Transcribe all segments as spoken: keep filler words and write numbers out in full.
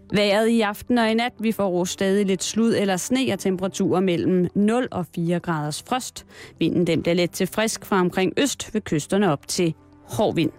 Vejret i aften og i nat, vi får stadig lidt slud eller sne og temperaturer mellem nul og fire graders frost. Vinden den bliver let til frisk fra omkring øst ved kysterne op til hård vind.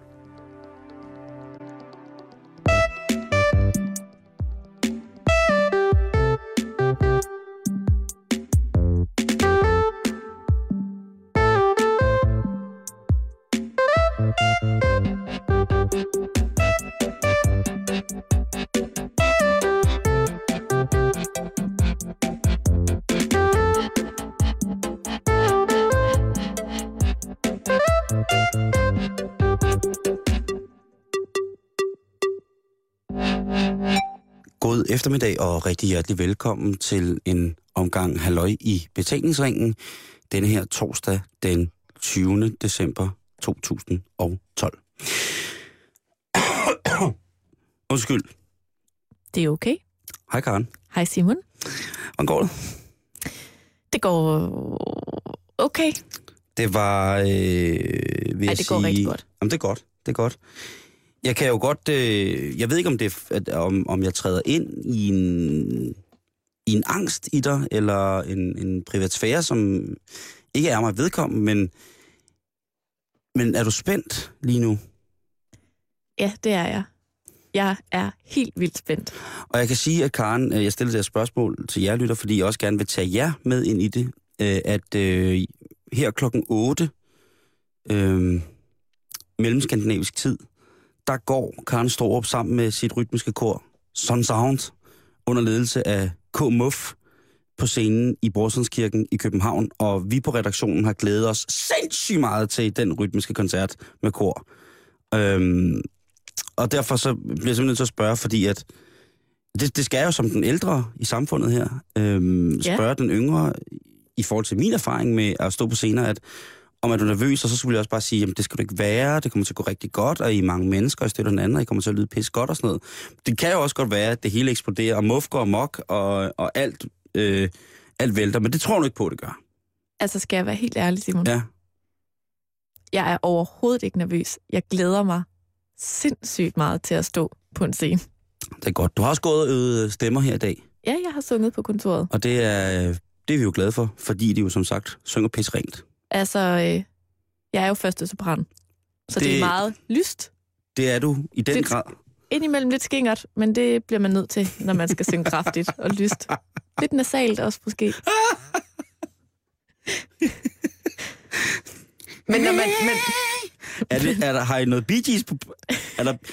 God eftermiddag og rigtig hjertelig velkommen til en omgang halløj i betalingsringen. Denne her torsdag den tyvende december to tusind og tolv. Undskyld. Det er okay. Hej Karen. Hej Simon. Hvordan går det? Det går okay. Det var... Øh, vil Ej, jeg det går sige, rigtig godt. Jamen det er godt, det er godt. Jeg kan jo godt... Øh, jeg ved ikke, om, det, at, om, om jeg træder ind i en, i en angst i dig, eller en, en privatsfære, som ikke er mig vedkommende, men, men er du spændt lige nu? Ja, det er jeg. Jeg er helt vildt spændt. Og jeg kan sige, at Karen, jeg stiller det her spørgsmål til jer lytter, fordi jeg også gerne vil tage jer med ind i det, at øh, her klokken otte, øh, mellemskandinavisk tid, der går Karen Storup sammen med sit rytmiske kor, Sun Sound, under ledelse af K. Muff, på scenen i Brorsundskirken i København, og vi på redaktionen har glædet os sindssygt meget til den rytmiske koncert med kor. Øhm, og derfor så bliver jeg simpelthen nødt til at spørge, fordi at det, det skal jo som den ældre i samfundet her, øhm, spørge ja. den yngre, i forhold til min erfaring med at stå på scener, at om er du nervøs, og så skulle jeg også bare sige, jamen det skal du ikke være, det kommer til at gå rigtig godt, og I er mange mennesker, og I støtter den anden, og I kommer til at lyde pisse godt og sådan noget. Det kan jo også godt være, at det hele eksploderer, og muff går amok, og, og alt, øh, alt vælter, men det tror du ikke på, det gør. Altså skal jeg være helt ærlig, Simon? Ja. Jeg er overhovedet ikke nervøs. Jeg glæder mig sindssygt meget til at stå på en scene. Det er godt. Du har også gået og øvet stemmer her i dag. Ja, jeg har sunget på kontoret. Og det er, det er vi jo glade for, fordi de jo som sagt synger pisse rent. Altså, øh, jeg er jo første sopran, så det, det er meget lyst. Det er du i den lidt, grad. Indimellem lidt skingert, men det bliver man nødt til, når man skal synge kraftigt og lyst. Lidt nasalt også måske. men når man... Men... Er det, er der, har I noget Bee Gees på... Er der...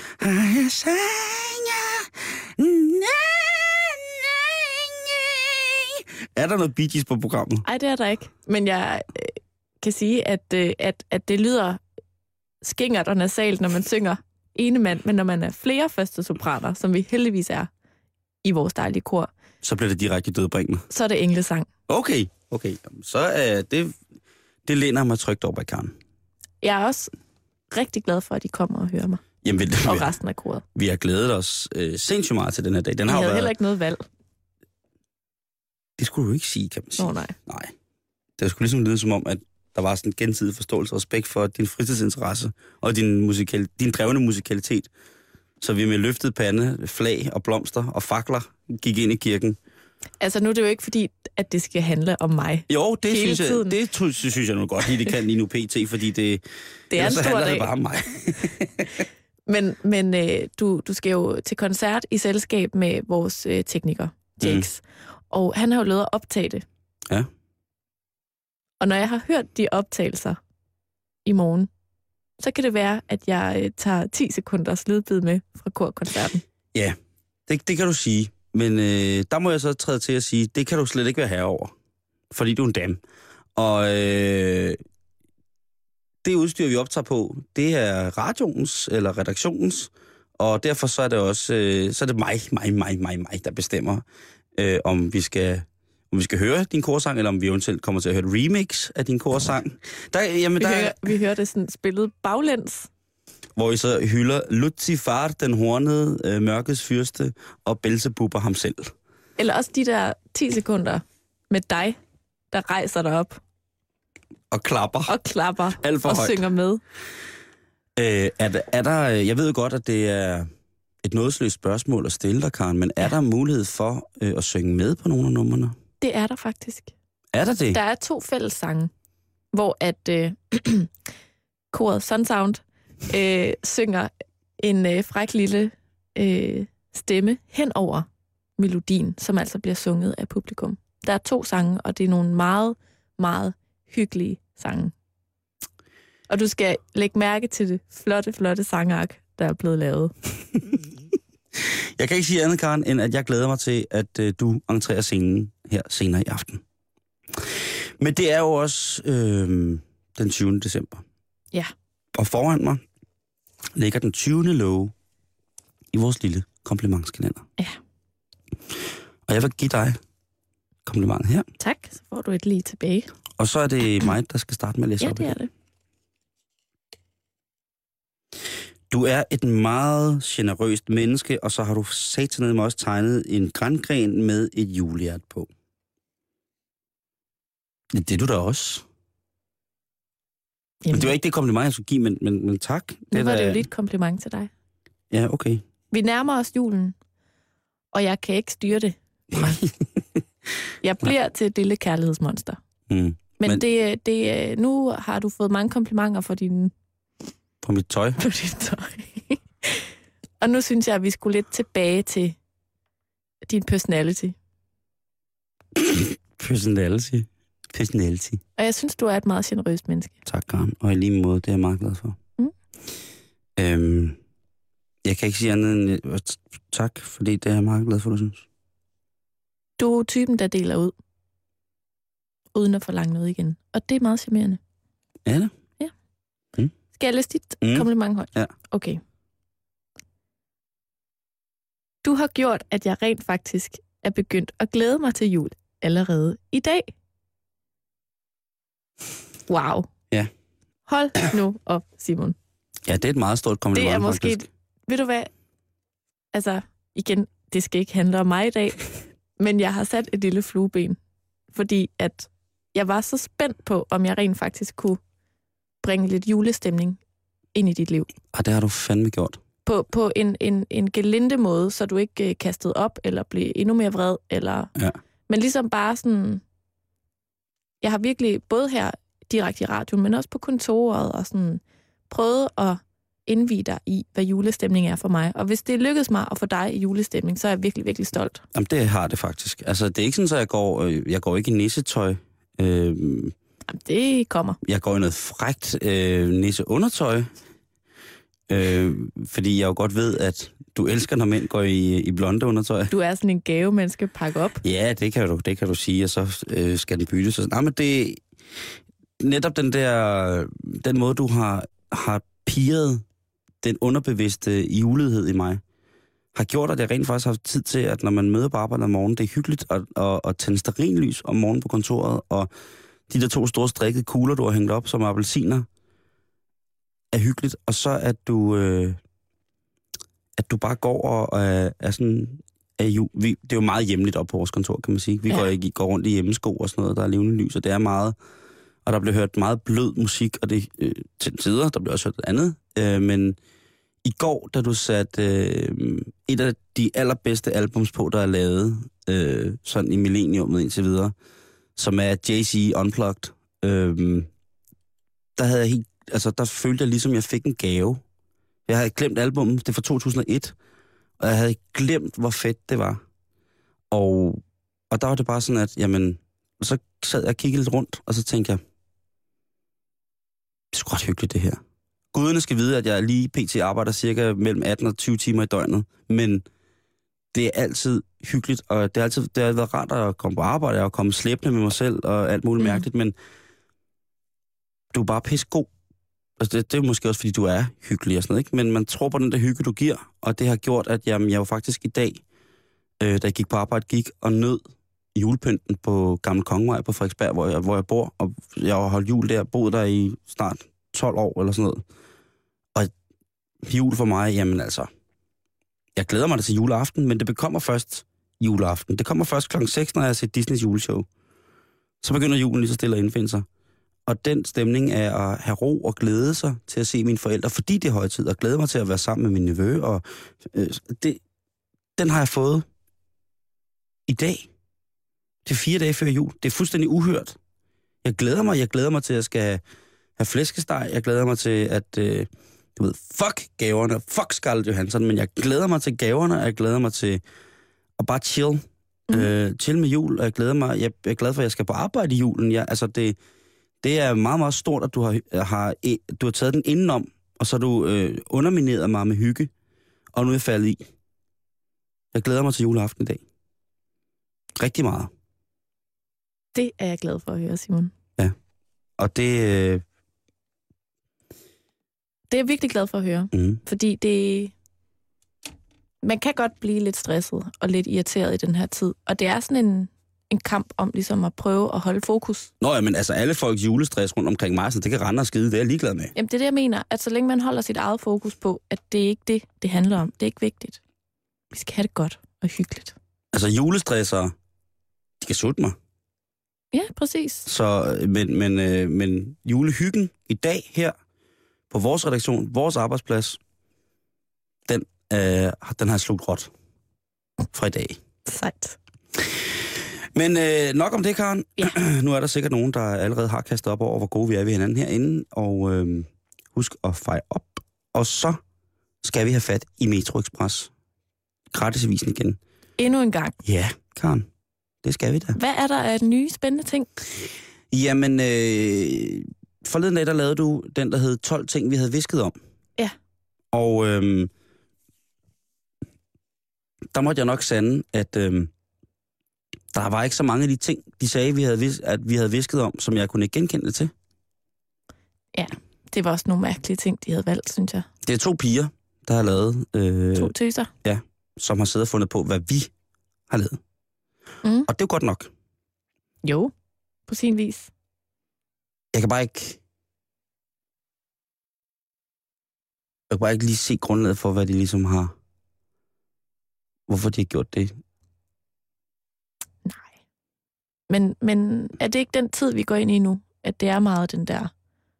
Er der noget Bee Gees på programmet? Nej, det er der ikke. Men jeg øh, kan sige, at, øh, at, at det lyder skingert og nasalt, når man synger ene mand, men når man er flere første sopraner, som vi heldigvis er i vores dejlige kor, så bliver det direkte dødbringende. Så er det englesang. Okay, okay. Så er det, det læner mig trygt over i Karen. Jeg er også rigtig glad for, at de kommer og hører mig. Jamen, det, og resten af koret. Vi har glædet os øh, sindssygt meget til den her dag. Den vi har havde været... heller ikke noget valg. Det skulle du ikke sige, kan man sige. Nå, nej. Nej. Det skulle ligesom lyde som om, at der var sådan en gensidig forståelse og respekt for din fritidsinteresse og din, musikal, din drevne musikalitet. Så vi med løftet pande, flag og blomster og fakler gik ind i kirken. Altså nu er det jo ikke fordi, at det skal handle om mig. Jo, det hele synes tiden. jeg, det synes jeg nu godt lige, det kan lige nu pt, fordi det, det er en så stor handler dag. det bare om mig. men men øh, du, du skal jo til koncert i selskab med vores øh, tekniker, Jakes. Mm. Og han har jo lovet at optage det. Ja. Og når jeg har hørt de optagelser i morgen, så kan det være, at jeg øh, tager ti sekunders lydbid med fra korkoncerten. Ja, det, det kan du sige. Men øh, der må jeg så træde til at sige, det kan du slet ikke være herover, fordi du er en dame. Og øh, det udstyr, vi optager på, det er radioens eller redaktionens, og derfor så er det også øh, så er det mig, mig, mig, mig, mig, der bestemmer, øh, om vi skal om vi skal høre din korsang, eller om vi eventuelt kommer til at høre et remix af din korsang. Der, jamen, vi, der, hører, vi hører det sådan spillet baglæns. Hvor I så hylder Lucifer, den hornede, øh, mørkets fyrste, og Belzebub og ham selv. Eller også de der ti sekunder med dig, der rejser dig op. Og klapper. Og klapper. Alt for og højt. synger med. Øh, er, der, er der, jeg ved godt, at det er, et nådesløst spørgsmål at stille dig, Karen, men er ja. der mulighed for øh, at synge med på nogle af numrene? Det er der faktisk. Er der det? Der er to fællessange, hvor at øh, koret Sunsound øh, synger en øh, fræk lille øh, stemme hen over melodien, som altså bliver sunget af publikum. Der er to sange, og det er nogle meget, meget hyggelige sange. Og du skal lægge mærke til det flotte, flotte sangark, der er blevet lavet. Jeg kan ikke sige andet, Karen, end at jeg glæder mig til, at øh, du entrerer scenen her senere i aften. Men det er jo også øh, den tyvende december. Ja. Og foran mig ligger den tyvende låge i vores lille komplimentskalender. Ja. Og jeg vil give dig komplimentet her. Tak, så får du et lige tilbage. Og så er det mig, der skal starte med at læse ja, op. Ja, det er det. Du er et meget generøst menneske, og så har du satanet med også tegnet en grangren med et julehjert på. Det er du da også. Jamen. Det var ikke det kompliment, jeg skulle give, men, men, men tak. Nu det var der... det jo lidt kompliment til dig. Ja, okay. Vi nærmer os julen, og jeg kan ikke styre det. Jeg bliver til et lille kærlighedsmonster. Mm. Men, men det, det, nu har du fået mange komplimenter for din... På mit tøj? På dit tøj. Og nu synes jeg, at vi skulle lidt tilbage til din personality. Personality? Personality. Og jeg synes, du er et meget generøst menneske. Tak, Karen. Og i lige måde, det er jeg meget glad for. Mm. Øhm, jeg kan ikke sige andet end tak, fordi det er jeg meget glad for, du synes. Du er typen, der deler ud, uden at forlange noget igen. Og det er meget charmerende. Er det? Ja. Mm. Skal jeg læse dit mm. kompliment højt? Ja. Okay. Du har gjort, at jeg rent faktisk er begyndt at glæde mig til jul allerede i dag. Wow. Ja. Hold nu op, Simon. Ja, det er et meget stort kompliment. Det er måske... faktisk. Ved du hvad? Altså, igen, det skal ikke handle om mig i dag, men jeg har sat et lille flueben, fordi at jeg var så spændt på, om jeg rent faktisk kunne bringe lidt julestemning ind i dit liv. Og det har du fandme gjort. På, på en, en, en gelinde måde, så du ikke kastede op, eller blev endnu mere vred, eller... Ja. Men ligesom bare sådan... Jeg har virkelig, både her direkte i radioen, men også på kontoret, og sådan prøvet at indvie dig i, hvad julestemning er for mig. Og hvis det lykkedes mig at få dig i julestemning, så er jeg virkelig, virkelig stolt. Jamen, det har det faktisk. Altså, det er ikke sådan, at jeg går, jeg går ikke i nissetøj. Øh, Jamen, det kommer. Jeg går i noget frækt øh, nisseundertøj. Øh, fordi jeg jo godt ved, at du elsker, når mænd går i, i blonde undertøj. Du er sådan en gave, man skal pakke op. Ja, det kan du, det kan du sige, og så øh, skal den byttes. Nej, men det netop den der, den måde, du har, har pirret den underbevidste julighed i mig, har gjort, at jeg rent faktisk har haft tid til, at når man møder på arbejde om morgenen, det er hyggeligt at, at, at tænde stearinlys om morgenen på kontoret, og de der to store strikkede kugler, du har hængt op som appelsiner, er hyggeligt, og så at du øh, at du bare går og øh, er sådan er jo, vi, det er jo meget hjemligt op på vores kontor, kan man sige. Vi ja. går ikke går rundt i hjemmesko og sådan noget, der er levende lys, og det er meget, og der bliver hørt meget blød musik, og det øh, til tider, der bliver også hørt andet, øh, men i går, da du satte øh, et af de allerbedste albums på, der er lavet, øh, sådan i millenniummet indtil videre, som er Jay-Z Unplugged, øh, der havde jeg helt altså, der følte jeg ligesom, jeg fik en gave. Jeg havde glemt albummet, det er fra to tusind og et, og jeg havde glemt, hvor fedt det var. Og, og der var det bare sådan, at, jamen, så sad jeg og kiggede lidt rundt, og så tænkte jeg, det er sgu ret hyggeligt, det her. Guderne skal vide, at jeg lige pt. Arbejder cirka mellem atten og tyve timer i døgnet, men det er altid hyggeligt, og det har altid det har været rart at komme på arbejde, og komme slæbende med mig selv, og alt muligt mm. mærkeligt, men du er bare pissegod. Altså det, det er måske også, fordi du er hyggelig og sådan noget, ikke? Men man tror på den der hygge, du giver, og det har gjort, at jamen, jeg var faktisk i dag, øh, da jeg gik på arbejde, gik og nød julepynten på Gamle Kongevej på Frederiksberg, hvor jeg, hvor jeg bor, og jeg har holdt jul der, boet der i snart tolv år eller sådan noget. Og jul for mig, jamen altså, jeg glæder mig da til juleaften, men det kommer først juleaften. Det kommer først klokken seks, når jeg har set Disneys juleshow. Så begynder julen lige så stille at indfinde sig. og den stemning af at have ro og glæde sig til at se mine forældre, fordi det er højtid, og glæde mig til at være sammen med min nevø, og øh, det, den har jeg fået i dag. Det er fire dage før jul. Det er fuldstændig uhørt. Jeg glæder mig, jeg glæder mig til, at jeg skal have flæskesteg. Jeg glæder mig til, at, øh, du ved, fuck gaverne, fuck Scarlett Johansson, men jeg glæder mig til gaverne, og jeg glæder mig til at bare chill. Mm. Øh, chill med jul, og jeg glæder mig, jeg, jeg er glad for, at jeg skal på arbejde i julen. Jeg, altså, det, det er meget, meget stort, at du har, har, du har taget den indenom, og så har du øh, undermineret mig med hygge, og nu er jeg faldet i. Jeg glæder mig til juleaften i dag. Rigtig meget. Det er jeg glad for at høre, Simon. Ja, og det... Øh... Det er jeg virkelig glad for at høre, mm. fordi det... Man kan godt blive lidt stresset og lidt irriteret i den her tid, og det er sådan en, en kamp om ligesom at prøve at holde fokus. Nå ja, men altså alle folks julestress rundt omkring mig, så det kan rende og skide, det er jeg ligeglad med. Jamen det er det, jeg mener, at så længe man holder sit eget fokus på, at det er ikke det, det handler om. Det er ikke vigtigt. Vi skal have det godt og hyggeligt. Altså julestresser, de kan sutte mig. Ja, præcis. Så, men, men, øh, men julehyggen i dag her på vores redaktion, vores arbejdsplads, den, øh, den har slugt råt fra i dag. Sejt. Men øh, nok om det, Karen. Ja. Nu er der sikkert nogen, der allerede har kastet op over, hvor gode vi er ved hinanden herinde. Og øh, husk at fejre op. Og så skal vi have fat i Metro Express. Gratisavisen igen. Endnu en gang. Ja, Karen. Det skal vi da. Hvad er der af nye spændende ting? Jamen, øh, forleden dag, der lavede du den, der hed tolv ting, vi havde visket om. Ja. Og øh, der måtte jeg nok sande, at øh, der var ikke så mange af de ting, de sagde, vi havde vis- at vi havde visket om, som jeg kunne ikke genkende det til. Ja, det var også nogle mærkelige ting, de havde valgt, synes jeg. Det er to piger, der har lavet... Øh, to tøser. Ja, som har siddet og fundet på, hvad vi har lavet. Mm. Og det er jo godt nok. Jo, på sin vis. Jeg kan bare ikke... Jeg kan bare ikke lige se grundlaget for, hvad de ligesom har... Hvorfor de har gjort det. Nej. Men, men er det ikke den tid, vi går ind i nu? At det er meget den der...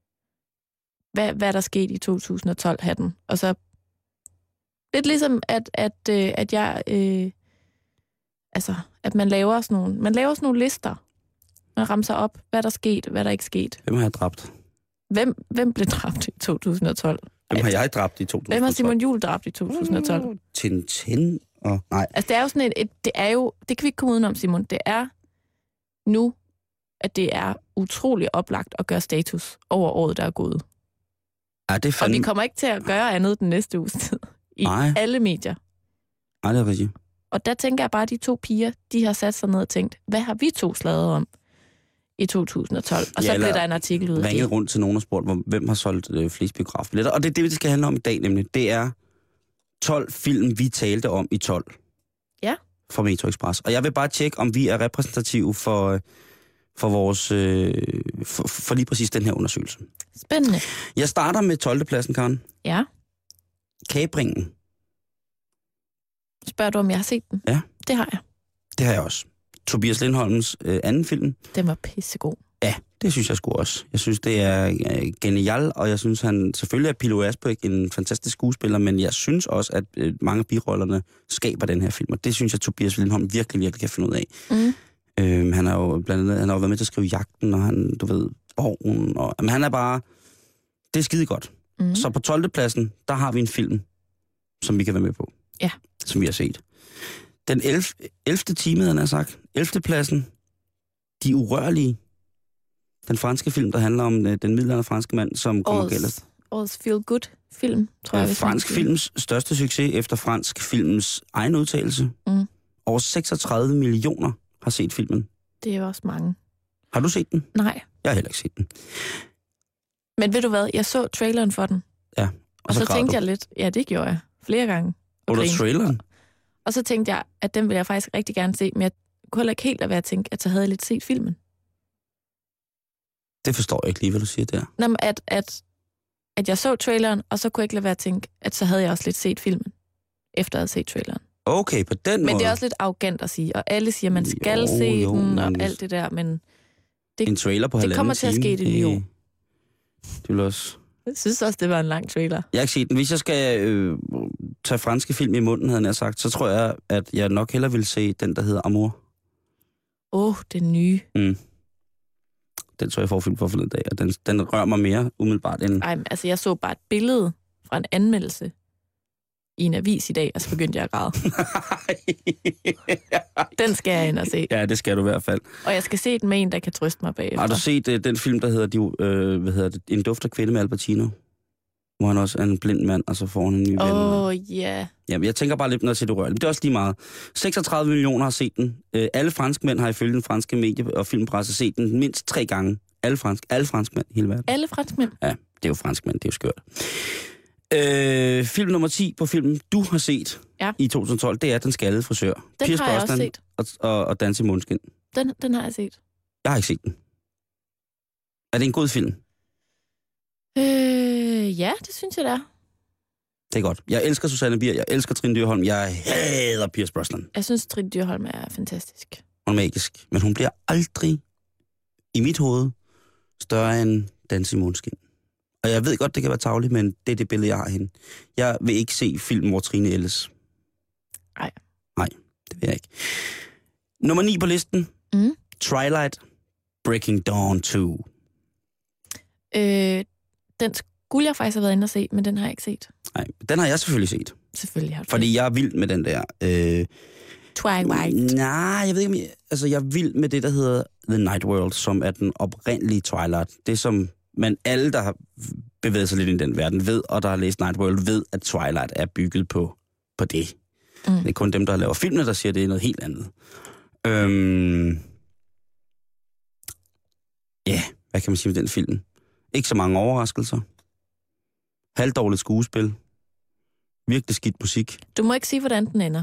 Hvad, hvad der skete i to tusind og tolv-hatten? Og så... Lidt ligesom, at, at, øh, at jeg... Øh, altså, at man laver sådan nogle... Man laver sådan nogle lister. Man ramser op, hvad der skete, hvad der ikke skete. Hvem har jeg dræbt? Hvem, hvem blev dræbt i to tusind og tolv? Hvem har jeg dræbt i to tusind og tolv? Hvem har Simon Juhl dræbt i to tusind og tolv? Tintin og... Nej. Altså, det er jo sådan et, et... Det er jo... Det kan vi ikke komme udenom, Simon. Det er nu, at det er utrolig oplagt at gøre status over året, der er gået. Ja, det er fandme... Og vi kommer ikke til at gøre andet den næste uges tid. I Nej. alle medier. Nej, det er rigtigt. Og der tænker jeg bare, at de to piger, de har sat sig ned og tænkt, hvad har vi to sladret om i to tusind og tolv? Og ja, så blev der en artikel ud af det. Ringet rundt til nogen og spurgt, hvem har solgt øh, flest biografbilletter. Og det er det, vi skal handle om i dag, nemlig. Det er tolv film, vi talte om i tolv. Ja. For Metro Express. Og jeg vil bare tjekke, om vi er repræsentative for, for, vores, øh, for, for lige præcis den her undersøgelse. Spændende. Jeg starter med tolvte pladsen, Karen. Ja. Kapringen. Spørger du, om jeg har set den? Ja. Det har jeg. Det har jeg også. Tobias Lindholms øh, anden film. Den var pissegod. Ja, det synes jeg sgu også. Jeg synes, det er øh, genial, og jeg synes, han selvfølgelig er Pilo Asbæk en fantastisk skuespiller, men jeg synes også, at øh, mange af birollerne skaber den her film, og det synes jeg, Tobias Lindholm virkelig, virkelig kan finde ud af. Mm. Øh, han har jo blandt andet han har jo været med til at skrive Jagten, og han, du ved, Borgen, og men han er bare, det er skide godt. Mm. Så på tolvte pladsen, der har vi en film, som vi kan være med på. Ja. Som vi har set. Den ellevte time, den har sagt. ellevte pladsen. De Urørlige. Den franske film, der handler om den middelaldrende franske mand, som kommer galt. Årets feel-good-film, tror ja, jeg. Fransk films største succes efter fransk films egen udtalelse. Mm. Over seksogtredive millioner har set filmen. Det er også mange. Har du set den? Nej. Jeg har heller ikke set den. Men ved du hvad? Jeg så traileren for den. Ja. Og, og så, så tænkte du. jeg lidt, ja, det gjorde jeg flere gange. Under traileren? Og så tænkte jeg, at den ville jeg faktisk rigtig gerne se, men jeg kunne heller ikke helt lade være at tænke, at så havde jeg lidt set filmen. Det forstår jeg ikke lige, hvad du siger der. Nå, at, at, at jeg så traileren, og så kunne jeg ikke lade være at tænke, at så havde jeg også lidt set filmen, efter at have set traileren. Okay, på den men måde. Men det er også lidt arrogant at sige, og alle siger, at man skal jo, se jo, den, og men... alt det der, men det, en trailer på det halvanden kommer til at time. ske det nye år. Det vil også... Jeg synes også, det var en lang trailer. Jeg har ikke set den. Hvis jeg skal øh, tage franske film i munden, havde jeg sagt, så tror jeg, at jeg nok hellere vil se den, der hedder Amour. Åh, oh, den nye. Mm. Den så jeg forfilm for forleden dag, og den, den rører mig mere umiddelbart end... Ej, altså jeg så bare et billede fra en anmeldelse i en avis i dag, og så begyndte jeg at græde. Den skal jeg ind og se. Ja, det skal du i hvert fald. Og jeg skal se den med en, der kan trøste mig bagefter. Har du set uh, den film, der hedder, de, øh, hvad hedder det, En duft af kvinde med Al Pacino? Hvor han også er en blind mand, og så får han en ny ven. Åh, oh, ja. Yeah. Jamen, jeg tænker bare lidt, når jeg siger, du rører. Det er også lige meget. seksogtredive millioner har set den. Uh, alle franskmænd har ifølge den franske medie- og filmpresse set den mindst tre gange. Alle, fransk, alle franskmænd i hele verden. Alle franskmænd? Ja, det er jo franskmænd, det er jo skørt. Øh, film nummer ti på filmen, du har set ja. i to tusind og tolv, det er Den skaldede frisør. Den Pierce har jeg Brosnan også set. Og, og, og Dans i Måneskin. Den, den har jeg set. Jeg har ikke set den. Er det en god film? Øh, ja, det synes jeg, det er. Det er godt. Jeg elsker Susanne Bier, jeg elsker Trine Dyrholm, jeg hader Pierce Brosnan. Jeg synes, Trine Dyrholm er fantastisk. Hun er magisk, men hun bliver aldrig, i mit hoved, større end Dans i Måneskin. Og jeg ved godt, det kan være tarveligt, men det er det billede, jeg har hende. Jeg vil ikke se film, hvor Trine ældes. Nej. Nej, det vil jeg ikke. Nummer ni på listen. Mm. Twilight, Breaking Dawn to. Øh, den skulle jeg faktisk have været inde og se, men den har jeg ikke set. Nej, den har jeg selvfølgelig set. Selvfølgelig har du Fordi jeg er vild med den der... Øh, Twilight. Nej, jeg ved ikke, om jeg, altså jeg er vild med det, der hedder The Night World, som er den oprindelige Twilight. Det som man alle, der har bevæget sig lidt i den verden, ved, og der har læst Night World, ved, at Twilight er bygget på, på det. Mm. Det er kun dem, der laver filmene, der siger, det er noget helt andet. Øhm, ja, hvad kan man sige med den film? Ikke så mange overraskelser. Halvdårligt skuespil. Virkelig skidt musik. Du må ikke sige, hvordan den ender.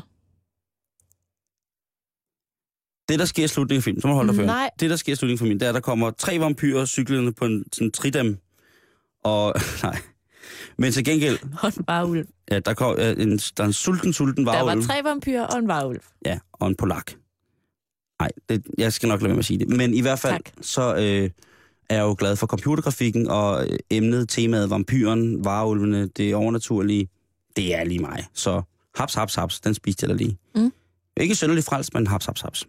Det, der sker i slutningen af filmen, så må du holde dig før. Nej. Det, der sker i slutningen af filmen, det er, at der kommer tre vampyrer cyklerne på en sådan tridem. Og, nej. Men til gengæld... Og en varulv. Ja, der, kom, en, der er en sulten, sulten varulv. Der var tre vampyrer og en varulv. Ja, og en polak. Nej, det, jeg skal nok lade være med at sige det. Men i hvert fald, tak. så øh, er jeg jo glad for computergrafikken, og øh, emnet, temaet, vampyren, varulvene, det overnaturlige, det er lige mig. Så haps, haps, haps, den spiste jeg da lige. Mm. Ikke synderligt frelst, men haps, haps, haps.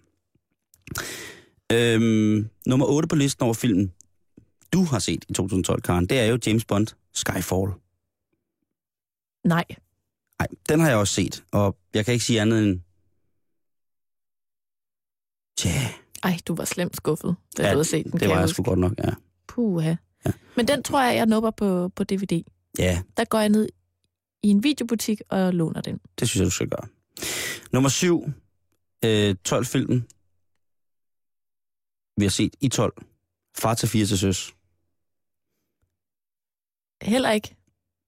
Øhm, nummer otte på listen over filmen, du har set i to tusind og tolv, Karen, det er jo James Bond, Skyfall. Nej. Nej, den har jeg også set, og jeg kan ikke sige andet end... Tja. Ej, du var slemt skuffet, da ja, du havde set den. Det var jeg sgu godt nok, ja. Puha. Ja. Men den tror jeg, jeg nupper på, på D V D. Ja. Der går jeg ned i en videobutik og låner den. Det synes jeg, du skal gøre. Nummer syv, øh, tolv-filmen. Vi har set i tolv. Far til fire til søs. Heller ikke.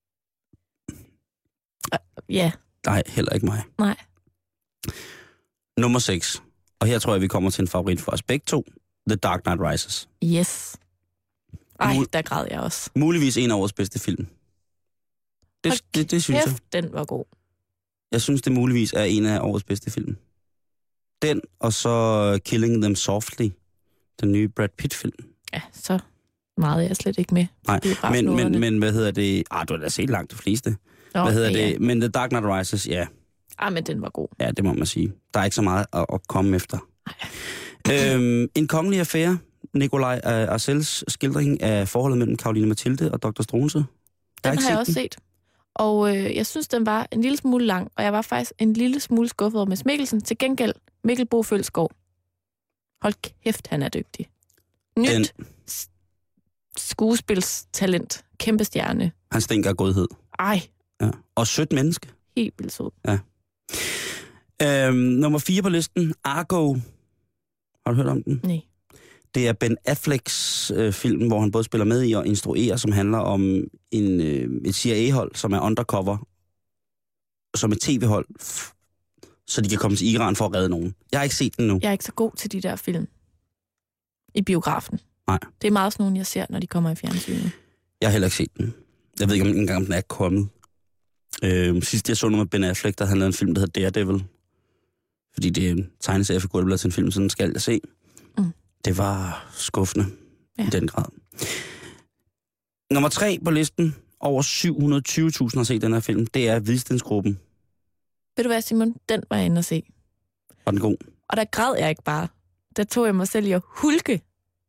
Uh, ja. Nej, heller ikke mig. Nej. Nummer seks. Og her tror jeg, vi kommer til en favorit for os begge to. The Dark Knight Rises. Yes. Ej, Mul- der græd jeg også. Muligvis en af årets bedste film. Det, det, det, det synes kæft, jeg. Den var god. Jeg synes, det muligvis er en af årets bedste film. Den, og så Killing Them Softly. Den nye Brad Pitt-film. Ja, så meget er jeg slet ikke med. Nej, men, men, men hvad hedder det? Ah, du har da set langt de fleste. Nå, hvad hedder ja. det? Men The Dark Knight Rises, ja. Ah, men den var god. Ja, det må man sige. Der er ikke så meget at, at komme efter. øhm, en kongelig affære. Nikolaj Arcels skildring af forholdet mellem Caroline Mathilde og doktor Struensee. Den har jeg også den. set. Og øh, jeg synes, den var en lille smule lang, og jeg var faktisk en lille smule skuffet over Mads Mikkelsen. Til gengæld, Mikkel Bo Følsgaard. Hold kæft, han er dygtig. Nyt den... skuespilstalent. Kæmpe stjerne. Han stinker af godhed. Ej. Ja. Og sødt menneske. Helt vildt sød. Ja. Øhm, nummer fire på listen, Argo. Har du hørt om den? Nej. Det er Ben Afflecks øh, film, hvor han både spiller med i og instruerer, som handler om en, øh, et C I A-hold, som er undercover, som et tv-hold, f- så de kan komme til Iran for at redde nogen. Jeg har ikke set den nu. Jeg er ikke så god til de der film. I biografen. Nej. Det er meget sådan nogle, jeg ser, når de kommer i fjernsynet. Jeg har heller ikke set den. Jeg ved ikke, om den engang den er kommet. Øh, sidst jeg så noget med Ben Affleck, der han lavede en film, der hedder Daredevil. Fordi det er en tegneseriefigurer, der bliver til en film, så den skal jeg se. Mm. Det var skuffende ja. I den grad. Nummer tre på listen, over syv hundrede og tyve tusind har set den her film, det er Hvidstensgruppen. Ved du hvad, Simon? Den var jeg inde at se. Var den god? Og der græd jeg ikke bare. Der tog jeg mig selv i at hulke.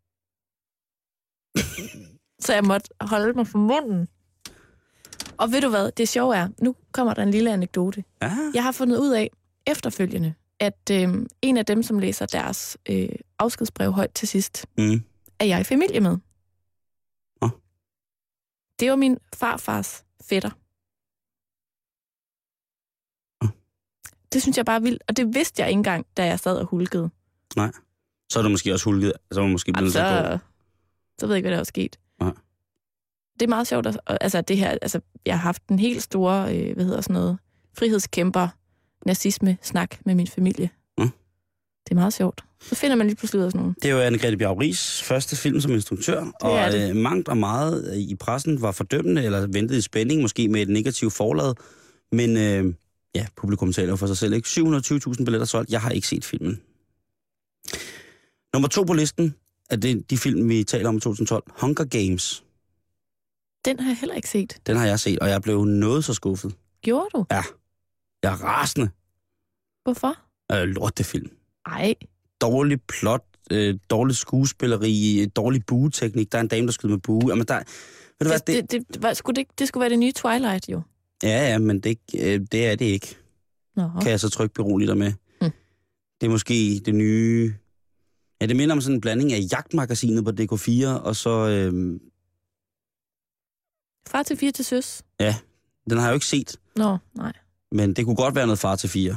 Så jeg måtte holde mig for munden. Og ved du hvad, det sjove er, nu kommer der en lille anekdote. Ja. Jeg har fundet ud af efterfølgende, at øh, en af dem, som læser deres øh, afskedsbrev højt til sidst, mm. er jeg i familie med. Oh. Det var min farfars fætter. Oh. Det synes jeg bare er vildt, og det vidste jeg ikke engang, da jeg sad og hulkede. Nej. Så er du måske også hulket, så er du måske blevet altså, så, så ved jeg ikke, hvad der er sket. Nej. Det er meget sjovt, at, altså det her, altså jeg har haft en helt store, øh, hvad hedder sådan noget, frihedskæmper, nazisme-snak med min familie. Mm. Det er meget sjovt. Så finder man lige pludselig ud af sådan nogle. Det er jo Anne-Grethe Bjarup-Riis første film som instruktør, det og det. Øh, mangt og meget i pressen var fordømmende, eller ventede i spænding, måske med et negativt forlad. Men øh, ja, publikum taler for sig selv, ikke? syv hundrede og tyve tusind billetter solgt. Jeg har ikke set filmen. Nummer to på listen er det, de film, vi taler om i to tusind og tolv. Hunger Games. Den har jeg heller ikke set. Den har jeg set, og jeg blev noget så skuffet. Gjorde du? Ja. Jeg er rasende. Hvorfor? Øh, lortefilm. Ej. Dårlig plot, øh, dårlig skuespilleri, dårlig bueteknik. Der er en dame, der skyder med bue. Jamen, der, ved du hvad, det, det, det, det, skulle det, det skulle være det nye Twilight, jo. Ja, ja, men det, øh, det er det ikke. Nå. Kan jeg så trygt berolige dig med. Hm. Det er måske det nye. Ja, det minder om sådan en blanding af Jagtmagasinet på D K fire, og så... Øh... Far til fire til søs? Ja, den har jeg jo ikke set. Nå, nej. Men det kunne godt være noget Far til fire.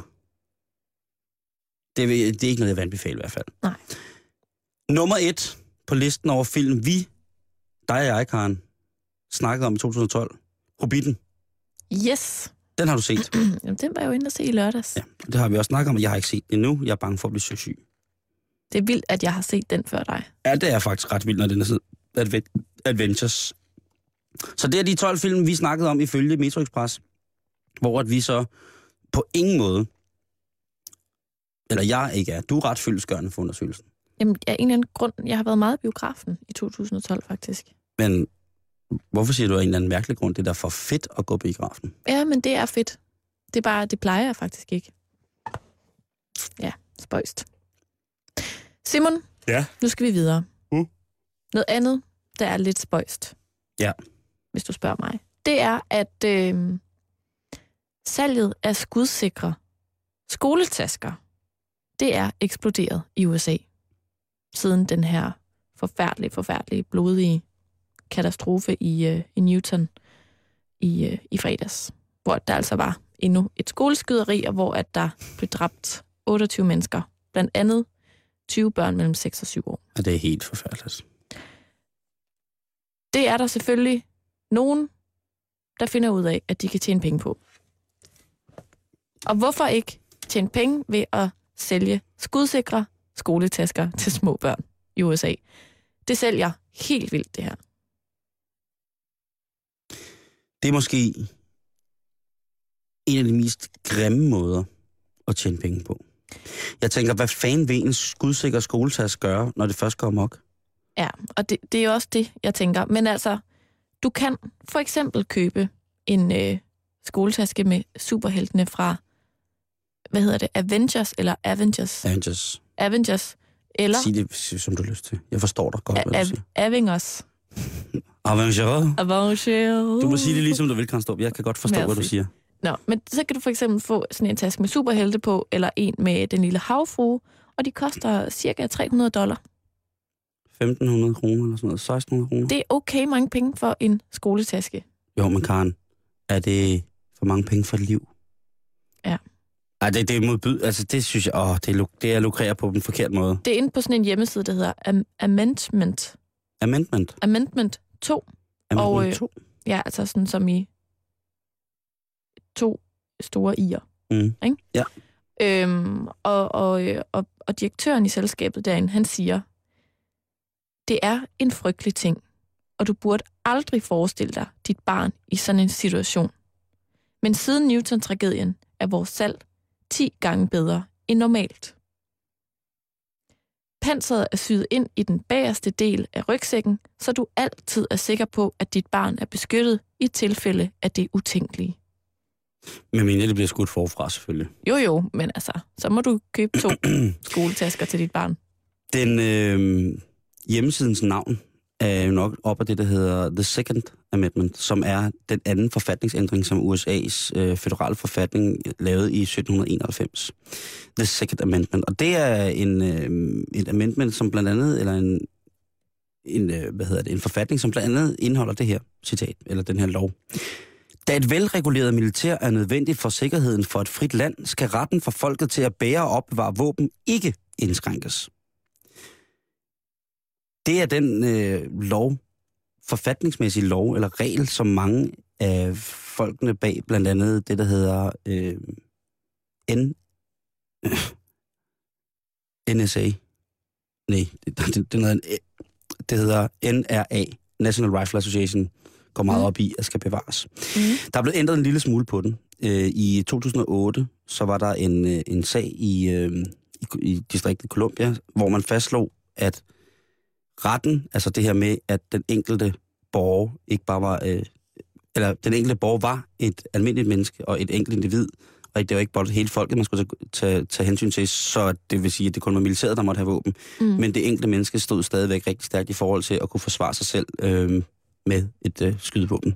Det er, det er ikke noget, jeg vil anbefale i hvert fald. Nej. Nummer et på listen over film, vi, dig og jeg, Karen, snakkede om i to tusind og tolv. Hobbiten. Yes. Den har du set. Jamen, den var jeg jo inde at se i lørdags. Ja, det har vi også snakket om, og jeg har ikke set den endnu. Jeg er bange for at blive søsyg. Det er vildt, at jeg har set den før dig. Ja, det er faktisk ret vildt, når den er sådan Adventures. Så det er de tolv film, vi snakkede om ifølge Metro Express, hvor at vi så på ingen måde, eller jeg ikke er, du er ret fyldestgørende for undersøgelsen. Jamen, af en eller anden grund, jeg har været meget i biografen i to tusind og tolv, faktisk. Men hvorfor siger du af en eller anden mærkelig grund, det er da for fedt at gå i biografen? Ja, men det er fedt. Det er bare, det plejer jeg faktisk ikke. Ja, spøjst. Simon, ja. Nu skal vi videre. Uh. Noget andet, der er lidt spøjst. Ja. Hvis du spørger mig. Det er, at øh, salget af skudsikre skoletasker, det er eksploderet i U S A. Siden den her forfærdelige, forfærdelige, blodige katastrofe i, øh, i Newton i, øh, i fredags. Hvor der altså var endnu et skoleskyderi, og hvor at der blev dræbt otteogtyve mennesker. Blandt andet tyve børn mellem seks og syv år. Ja, det er helt forfærdeligt. Det er der selvfølgelig nogen, der finder ud af, at de kan tjene penge på. Og hvorfor ikke tjene penge ved at sælge skudsikre skoletasker til små børn i U S A? Det sælger helt vildt, det her. Det er måske en af de mest grimme måder at tjene penge på. Jeg tænker, hvad fanden vil en skudsikker skoletaske gøre, når det først går amok? Ja, og det, det er også det, jeg tænker. Men altså, du kan for eksempel købe en øh, skoletaske med superheltene fra, hvad hedder det, Avengers eller Avengers? Avengers. Avengers. Eller... Sig det, som du har lyst til. Jeg forstår dig godt, hvad du siger. Avengers. Avengers. Avengers. Du må sige det ligesom du vil, Kranstrup. Jeg kan godt forstå, Merci. Hvad du siger. Nå, men så kan du for eksempel få sådan en taske med superhelte på, eller en med den lille havfrue, og de koster cirka tre hundrede dollar. femten hundrede kroner eller sådan noget, seksten hundrede kroner. Det er okay mange penge for en skoletaske. Jo, men Karen, er det for mange penge for et liv? Ja. Ej, det, det er modbyd. Altså, det synes jeg, åh, det er, det er at lukrere på den forkerte måde. Det er inde på sådan en hjemmeside, der hedder Am- Amendment. Amendment? Amendment to. Amendment og, øh, to? Ja, altså sådan som i to store i'er. Mm. Ikke? Ja. Øhm, og, og, og, og direktøren i selskabet derinde, han siger, det er en frygtelig ting, og du burde aldrig forestille dig dit barn i sådan en situation. Men siden Newton-tragedien er vores salg ti gange bedre end normalt. Panseret er syet ind i den bagerste del af rygsækken, så du altid er sikker på, at dit barn er beskyttet i tilfælde af det utænkelige. Men mener, det bliver skudt forfra, selvfølgelig. Jo, jo, men altså, så må du købe to skoletasker til dit barn. Den øh, hjemmesidens navn er jo nok op af det, der hedder The Second Amendment, som er den anden forfatningsændring, som U S A's øh, føderale forfatning lavede i sytten enoghalvfems. The Second Amendment. Og det er en, øh, et amendment, som blandt andet, eller en, en, øh, hvad hedder det, en forfatning, som blandt andet indeholder det her citat, eller den her lov. Da et velreguleret militær er nødvendigt for sikkerheden for et frit land, skal retten for folket til at bære og opbevare våben ikke indskrænkes. Det er den øh, lov, forfatningsmæssige lov eller regel, som mange af folkene bag blandt andet det, der hedder øh, N, øh, N S A. Nej, det, det, det, det hedder N R A, National Rifle Association, går meget op i, at skal bevares. Mm. Der er blevet ændret en lille smule på den. Øh, I to tusind og otte, så var der en, en sag i, øh, i, i distriktet Columbia, hvor man fastslog, at retten, altså det her med, at den enkelte borger ikke bare var, øh, eller den enkelte borger var et almindeligt menneske og et enkelt individ, og det var ikke bare hele folket, man skulle tage, tage, tage hensyn til, så det vil sige, at det kun var militæret, der måtte have våben. Mm. Men det enkelte menneske stod stadigvæk rigtig stærkt i forhold til at kunne forsvare sig selv øh, med et øh, skydevåben.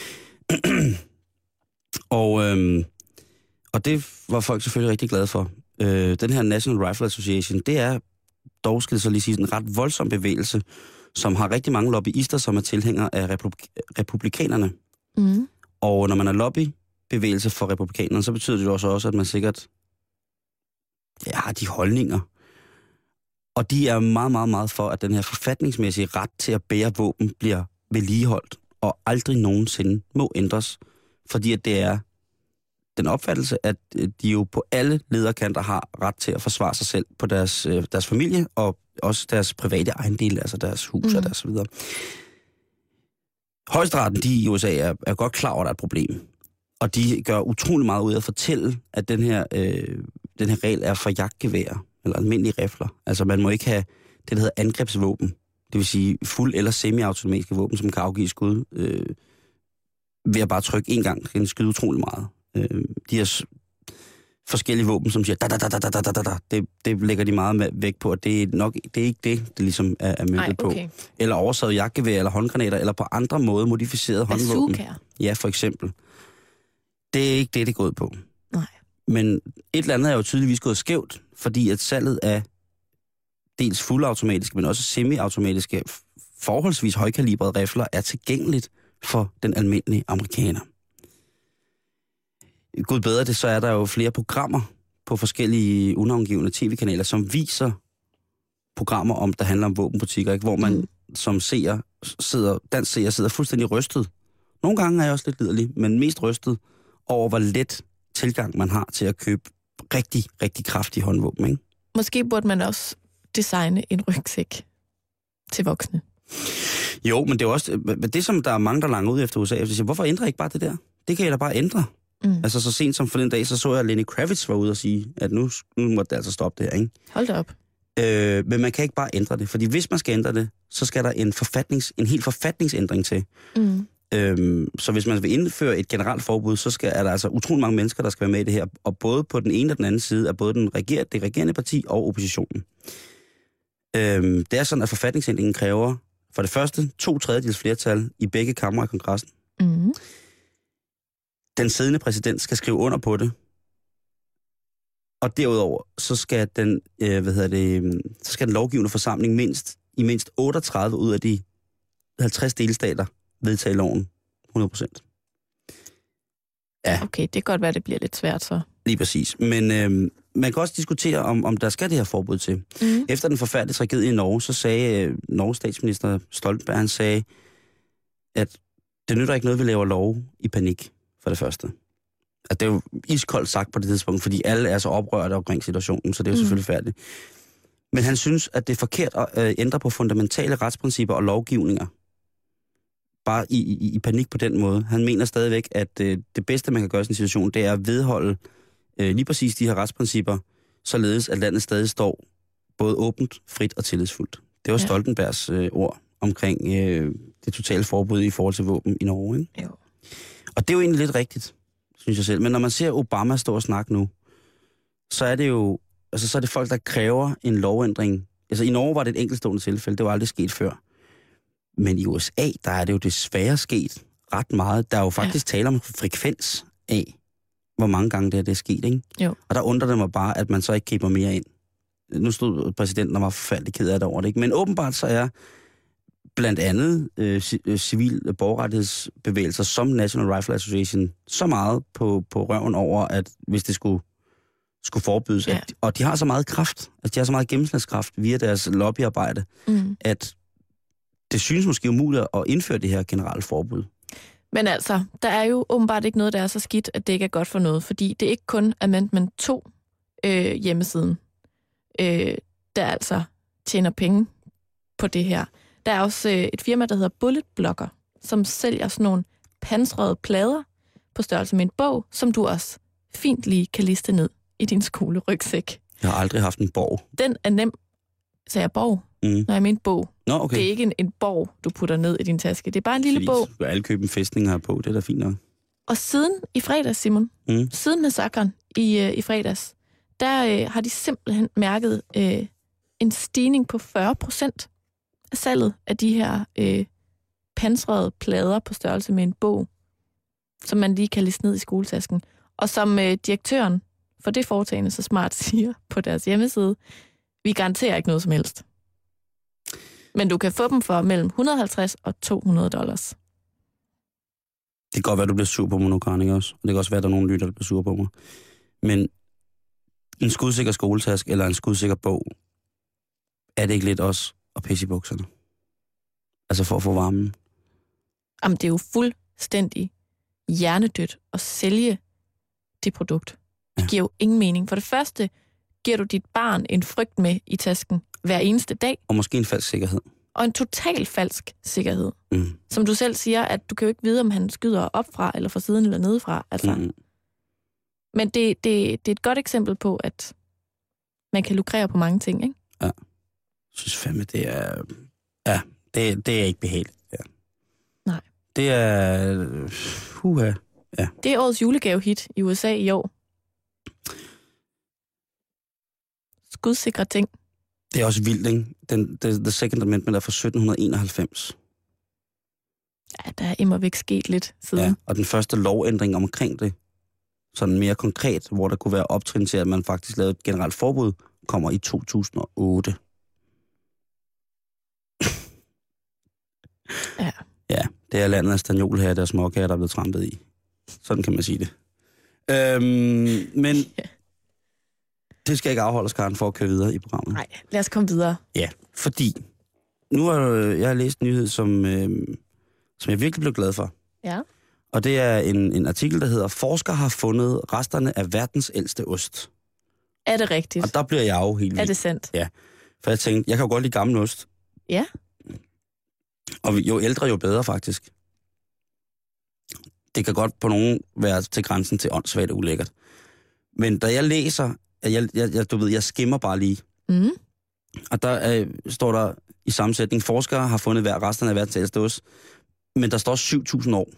og, øh, og det var folk selvfølgelig rigtig glade for. Øh, den her National Rifle Association, det er dog, skal det så lige sige, en ret voldsom bevægelse, som har rigtig mange lobbyister, som er tilhængere af republik- republikanerne. Mm. Og når man er lobbybevægelse for republikanerne, så betyder det jo også, også at man sikkert ja, har de holdninger. Og de er meget, meget, meget for, at den her forfatningsmæssige ret til at bære våben bliver vedligeholdt, og aldrig nogensinde må ændres, fordi at det er den opfattelse, at de jo på alle lederkanter har ret til at forsvare sig selv på deres, deres familie, og også deres private ejendele, altså deres hus mm. og deres videre. Højesteretten, de i U S A er, er godt klar over, at der er et problem. Og de gør utrolig meget ud af at fortælle, at den her, øh, den her regel er for jagtgeværer, eller almindelige rifler. Altså man må ikke have det, der hedder angrebsvåben. Det vil sige fuld- eller semi-automatiske våben, som kan afgive skud øh, ved at bare trykke en gang, kan skyde utrolig meget. Øh, de her forskellige våben, som siger da da da da da da da da, det, det lægger de meget vægt på, at det er nok det er ikke det, det ligesom er, er møntet okay. på. Eller oversaget jagtgevær, eller håndgranater, eller på andre måder modificeret håndvåben. Ja, for eksempel. Det er ikke det, det går ud på. Nej. Men et eller andet er jo tydeligvis gået skævt, fordi at salget af dels fuldautomatiske, men også semi-automatiske, forholdsvis højkalibrede rifler er tilgængeligt for den almindelige amerikaner. Gud bedre det, så er der jo flere programmer på forskellige unavngivende tv-kanaler, som viser programmer, om der handler om våbenbutikker, ikke? Hvor man mm. som seer sidder, dansk seer sidder fuldstændig rystet. Nogle gange er jeg også lidt liderlig, men mest rystet over, hvor let tilgang man har til at købe rigtig, rigtig kraftige håndvåben, ikke? Måske burde man også designe en rygsæk til voksne. Jo, men det er også det, som der er mange, der langer ud efter U S A. Siger, hvorfor ændrer I ikke bare det der? Det kan I da bare ændre. Mm. Altså så sent som for den dag, så så jeg, at Lenny Kravitz var ude og sige, at nu, nu må det altså stoppe det her, ikke? Hold da op. Øh, men man kan ikke bare ændre det, fordi hvis man skal ændre det, så skal der en, forfatnings, en helt forfatningsændring til. Mm. Øhm, så hvis man vil indføre et generelt forbud, så skal, er der altså utrolig mange mennesker, der skal være med i det her, og både på den ene og den anden side af både den reger, det regerende parti og oppositionen. Øhm, det er sådan, at forfatningsændringen kræver for det første to tredjedels flertal i begge kamre af kongressen. Mm. Den siddende præsident skal skrive under på det. Og derudover, så skal den, øh, hvad hedder det, så skal den lovgivende forsamling mindst, i mindst otteogtredive ud af de halvtreds delstater vedtage loven hundrede procent. Ja. Okay, det kan godt være, det bliver lidt svært så. Lige præcis. Men øh, man kan også diskutere, om, om der skal det her forbud til. Mm. Efter den forfærdelige tragedie i Norge, så sagde øh, Norges statsminister Stoltenberg, han sagde, at det nytter ikke noget, vi laver lov i panik, for det første. At det er jo iskoldt sagt på det tidspunkt, fordi alle er så oprørte omkring situationen, så det er jo mm. selvfølgelig færdigt. Men han synes, at det er forkert at øh, ændre på fundamentale retsprincipper og lovgivninger. Bare i, i, i panik på den måde. Han mener stadigvæk, at øh, det bedste, man kan gøre i sådan en situation, det er at vedholde øh, lige præcis de her retsprincipper, således at landet stadig står både åbent, frit og tillidsfuldt. Det var ja. Stoltenbergs øh, ord omkring øh, det totale forbud i forhold til våben i Norge, ikke? Jo. Og det er jo egentlig lidt rigtigt, synes jeg selv. Men når man ser Obama stå og snakke nu, så er det jo, altså så er det folk, der kræver en lovændring. Altså i Norge var det et enkeltstående tilfælde, det var aldrig sket før. Men i U S A, der er det jo desværre sket ret meget. Der er jo faktisk ja. tale om frekvens af, hvor mange gange det er, det er sket, ikke? Jo. Og der undrer det mig bare, at man så ikke griber mere ind. Nu stod præsidenten og var forfærdelig ked af det over det, ikke? Men åbenbart så er blandt andet øh, civil borgerrettighedsbevægelser som National Rifle Association så meget på, på røven over, at hvis det skulle, skulle forbydes, ja. at, og de har så meget kraft, altså de har så meget gennemslagskraft via deres lobbyarbejde, mm. at det synes måske umuligt at indføre det her generelle forbud. Men altså, der er jo åbenbart ikke noget, der er så skidt, at det ikke er godt for noget, fordi det er ikke kun Amendment to øh, hjemmesiden, øh, der altså tjener penge på det her. Der er også øh, et firma, der hedder Bullet Blogger, som sælger sådan nogle pansrede plader på størrelse med en bog, som du også fint lige kan liste ned i din skolerygsæk. Jeg har aldrig haft en borg. Den er nem, sagde jeg borg, mm. når jeg mente bog. Nå, okay. Det er ikke en, en borg, du putter ned i din taske. Det er bare en lille Fint. bog. Du kan alle købe en fæstning her på, det er da fint nok. Og siden i fredags, Simon, mm. siden massakren i, øh, i fredags, der øh, har de simpelthen mærket øh, en stigning på fyrre procent af salget af de her øh, pansrede plader på størrelse med en bog, som man lige kan liste ned i skoletasken. Og som øh, direktøren for det foretagende så smart siger på deres hjemmeside, vi garanterer ikke noget som helst. Men du kan få dem for mellem et hundrede og halvtreds og to hundrede dollars. Det kan godt være, du bliver sur på mig nu, Karin, også. Det kan også være, at der er nogen lytter, der bliver sur på mig. Men en skudsikker skoletask eller en skudsikker bog, er det ikke lidt også at pisse i bukserne? Altså for at få varmen? Jamen, det er jo fuldstændig hjernedødt at sælge det produkt. Det ja. giver jo ingen mening. For det første giver du dit barn en frygt med i tasken hver eneste dag. Og måske en falsk sikkerhed. Og en total falsk sikkerhed. Mm. Som du selv siger, at du kan jo ikke vide, om han skyder op fra, eller fra siden, eller nedefra. Altså. Mm. Men det, det, det er et godt eksempel på, at man kan lukrere på mange ting, ikke? Ja. Jeg synes fandme, det er... Ja, det, det er ikke behageligt. Ja. Nej. Det er... Huha. Ja. Det er årets julegavehit i U S A i år. Skudsikre ting. Det er også vildt, ikke? Den, the, the Second Amendment er fra sytten enoghalvfems. Ja, der er immervæk sket lidt siden. Ja, og den første lovændring omkring det, sådan mere konkret, hvor der kunne være optrin til, at man faktisk lavede et generelt forbud, kommer i to tusind og otte. Ja. Ja, det er landet af stanjol her, der er småkager, der er blevet trampet i. Sådan kan man sige det. Øhm, men ja. Det skal ikke afholde os, Karen, for at køre videre i programmet. Nej, lad os komme videre. Ja, fordi nu har jeg har læst en nyhed, som, øh, som jeg virkelig blev glad for. Ja. Og det er en, en artikel, der hedder, forskere har fundet resterne af verdens ældste ost. Er det rigtigt? Og der bliver jeg jo helt vildt. Er det sandt? Ja, for jeg tænkte, jeg kan jo godt lide gammel ost. Ja. Og jo ældre, jo bedre faktisk. Det kan godt på nogen være til grænsen til åndssvagt og ulækkert. Men da jeg læser, jeg, jeg, jeg, du ved, jeg skimmer bare lige. Mm. Og der øh, står der i sammensætning, forskere har fundet hver resterne af verdens ældste ost. Men der står syv tusind år.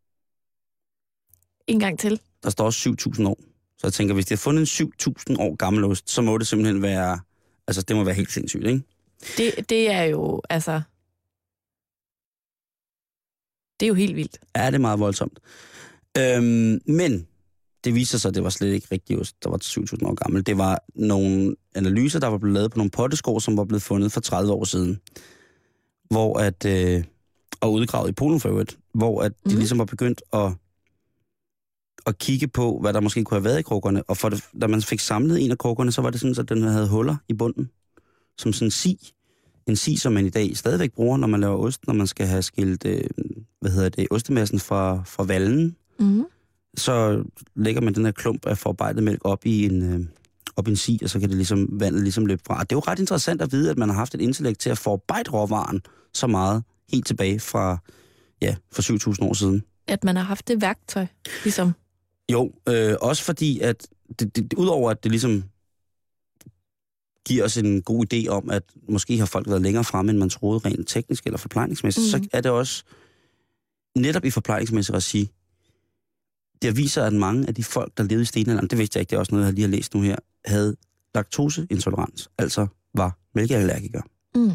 En gang til. Der står også syv tusind år. Så jeg tænker, hvis de har fundet en syv tusind år gammel ost, så må det simpelthen være, altså det må være helt sindssygt, ikke? Det, det er jo, altså, det er jo helt vildt. Ja, det er meget voldsomt. Øhm, men det viser sig, at det var slet ikke rigtig ost, der var syv tusind år gammel. Det var nogle analyser, der var blevet lavet på nogle potteskår, som var blevet fundet for tredive år siden. Hvor at, øh, og udgravet i Polen for øvrigt, hvor at de mm. ligesom var begyndt at og kigge på, hvad der måske kunne have været i krukkerne. Og for det, da man fik samlet en af krukkerne, så var det sådan, at den havde huller i bunden. Som sådan en si. En si, som man i dag stadigvæk bruger, når man laver ost, når man skal have skilt, øh, hvad hedder det, ostemassen fra, fra vallen. Mm-hmm. Så lægger man den her klump af forarbejdet mælk op i en, øh, op i en si, og så kan det ligesom, vandet ligesom løbe fra. Og det er jo ret interessant at vide, at man har haft et intellekt til at forarbejde råvaren så meget helt tilbage fra, ja, for syv tusind år siden. At man har haft det værktøj, ligesom. Jo, øh, også fordi, at det, det, udover at det ligesom giver os en god idé om, at måske har folk været længere fremme, end man troede rent teknisk eller forplejningsmæssigt, mm. så er det også netop i forplejningsmæssigt regi, det viser, at mange af de folk, der levede i stenalderen, det vidste jeg ikke, det er også noget, jeg lige har læst nu her, havde laktoseintolerans, altså var mælkeallergikere. Mm.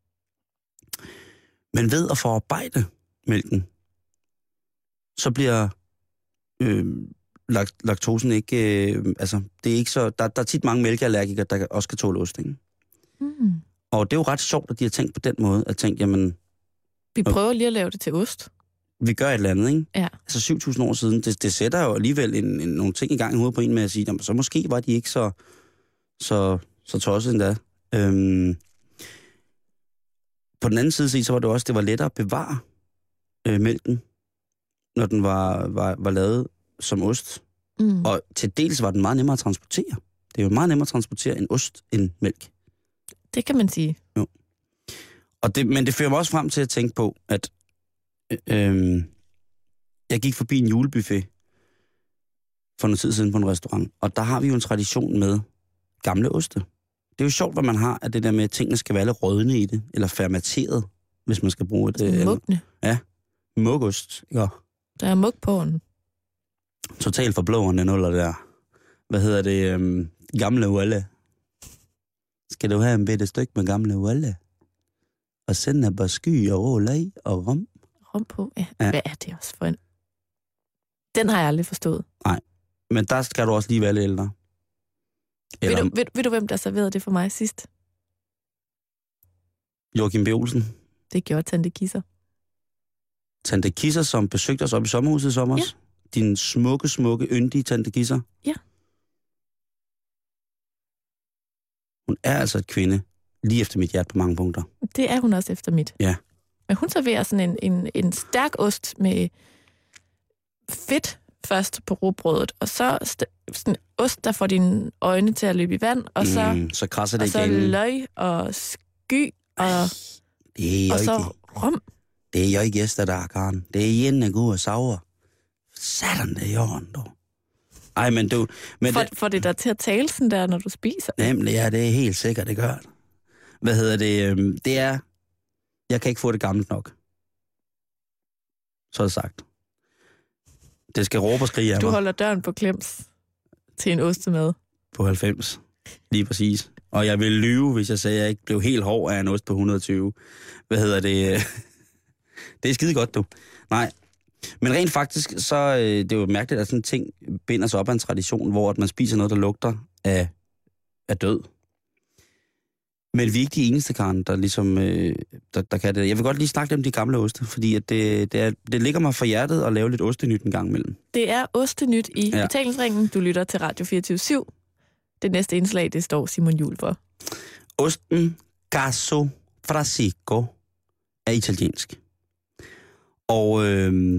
Men ved at forarbejde mælken, så bliver øh, lakt- laktosen ikke... Øh, altså, det er ikke så... Der, der er tit mange mælkeallergikere, der også kan tåle ost, ikke? Mm. Og det er jo ret sjovt, at de har tænkt på den måde, at tænke, jamen... Vi prøver lige at lave det til ost. Vi gør et eller andet, ikke? Ja. Altså syv tusind år siden, det, det sætter jo alligevel en, en, nogle ting i gang i hovedet på en med at sige, jamen, så måske var de ikke så, så, så tosset endda. Øhm, på den anden side set, så var det også, det var lettere at bevare øh, mælken, når den var, var, var lavet som ost. Mm. Og til dels var den meget nemmere at transportere. Det er jo meget nemmere at transportere en ost end mælk. Det kan man sige. Jo. Og det, men det fører mig også frem til at tænke på, at Øhm, jeg gik forbi en julebuffet for noget tid siden på en restaurant, og der har vi jo en tradition med gamle oste. Det er jo sjovt, hvad man har, at det der med, at tingene skal være lidt rådne i det, eller fermenteret, hvis man skal bruge det. Mugne. Ja, mugost. Ja. Der er mug på den. Totalt forblåren, den huller der. Hvad hedder det? Øhm, gamle ualle. Skal du have en bitte stykke med gamle ualle? Og sende et par sky og rålag og rom? Rom på? Ja. Ja. Hvad er det også for en? Den har jeg aldrig forstået. Nej, men der skal du også lige være lidt ældre. Eller... Ved, du, ved, ved du, hvem der serverede det for mig sidst? Joachim B. Olsen. Det gjorde Tante Kisser. Tante Kisser, som besøgte os op i sommerhuset i sommer. Ja. Din smukke, smukke, yndige Tante Kisser. Ja. Hun er altså et kvinde, lige efter mit hjerte på mange punkter. Det er hun også efter mit. Ja. Men hun serverer sådan en, en, en stærk ost med fedt først på rugbrødet, og så st- sådan ost, der får dine øjne til at løbe i vand, og så, mm, så krasser det og så igen. løg og sky, og, Ej, det er og så ikke, rom. Det er jo ikke gæster, der er, Karen. Det er jenne gode og sauer. Sådan det i orden, dog. Ej, men du... Men for, det, for det der til at tale sådan der, når du spiser? Nemlig, ja, det er helt sikkert, det gør det. Hvad hedder det? Det er... Jeg kan ikke få det gammelt nok. Så er det sagt. Det skal råbe og skrige af Du mig. holder døren på klems til en ostemad. På halvfems. Lige præcis. Og jeg ville lyve, hvis jeg sagde, at jeg ikke blev helt hård af en ost på et hundrede og tyve. Hvad hedder det? Det er skide godt, du. Nej. Men rent faktisk, så øh, det er jo mærkeligt, at sådan en ting binder sig op af en tradition, hvor man spiser noget, der lugter af, af død. Men vi er ikke de eneste, Karen, der ligesom, øh, der, der kan det. Jeg vil godt lige snakke lidt om de gamle oste, fordi at det, det, er, det ligger mig for hjertet at lave lidt ostenyt en gang imellem. Det er Ostenyt i ja. Betalingsringen. Du lytter til Radio fireogtyve syv. Det næste indslag, det står Simon Juhl for. Osten Casso Frasico er italiensk. Og øh,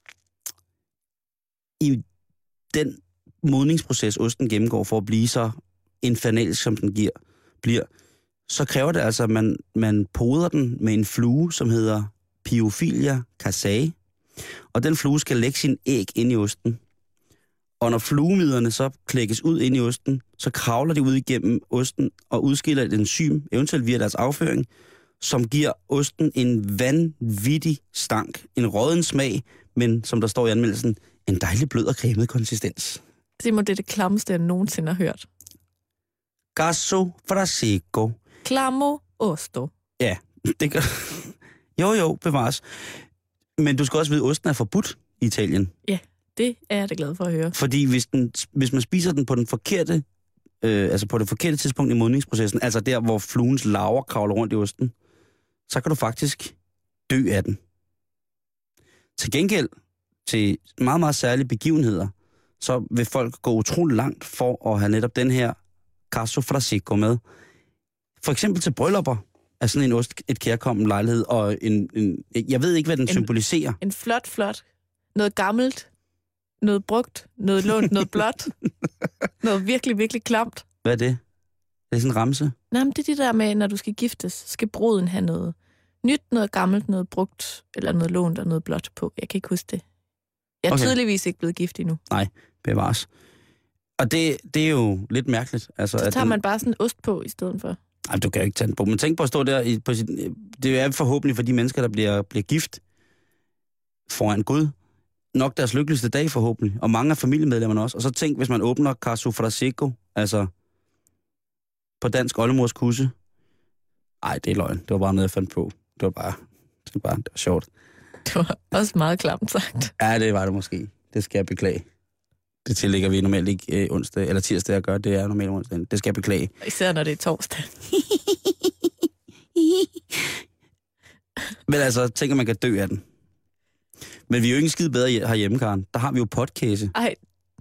i den modningsproces, osten gennemgår for at blive så infernalisk, som den giver, bliver, så kræver det altså, at man, man poder den med en flue, som hedder Piophilia casei. Og den flue skal lægge sin æg ind i osten. Og når fluemiderne så klækkes ud ind i osten, så kravler de ud igennem osten og udskiller et enzym, eventuelt via deres afføring, som giver osten en vanvittig stank, en rådden smag, men som der står i anmeldelsen, en dejlig blød og cremet konsistens. Det må det det klammeste, jeg nogensinde har hørt. Casso Frasico. Clamo osto. Ja, det gør... Jo, jo, bevares. Men du skal også vide, at osten er forbudt i Italien. Ja, det er jeg da glad for at høre. Fordi hvis, den, hvis man spiser den på den forkerte, øh, altså på det forkerte tidspunkt i modningsprocessen, altså der, hvor fluens larver kravler rundt i osten, så kan du faktisk dø af den. Til gengæld, til meget, meget særlige begivenheder, så vil folk gå utrolig langt for at have netop den her Casso Frasico med. For eksempel til bryllupper er sådan en ost et kærkommen lejlighed, og en, en, jeg ved ikke, hvad den en, symboliserer. En flot, flot, noget gammelt, noget brugt, noget lånt, noget blåt, noget virkelig, virkelig klamt. Hvad er det? Det er sådan en ramse? Nej, men det er det der med, når du skal giftes, skal bruden have noget nyt, noget gammelt, noget brugt, eller noget lånt og noget blåt på. Jeg kan ikke huske det. Jeg er okay. tydeligvis ikke blevet gift endnu. Nej, bevares. Og det, det er jo lidt mærkeligt. Altså, Så at tager den, man bare sådan en ost på i stedet for. Ej, du kan jo ikke tage den på. Men tænk på at stå der i, på sit, det er forhåbentlig for de mennesker, der bliver, bliver gift foran Gud. Nok deres lykkeligste dag forhåbentlig. Og mange af familiemedlemmerne også. Og så tænk, hvis man åbner Casu Frasecco, altså på dansk oldemors kusse. Ej, det er løgn. Det var bare noget, jeg fandt på. Det var bare, det var, bare, det var sjovt. Det var også meget klamt sagt. Ja, det var det måske. Det skal jeg beklage. Det tillægger vi normalt ikke øh, onsdag, eller tirsdag at gøre. Det er normalt onsdag. Det skal jeg beklage. Især når det er torsdag. Men altså, tænk, at man kan dø af den. Men vi er jo ikke en skide bedre herhjemme, Karen. Der har vi jo podcast. Ej,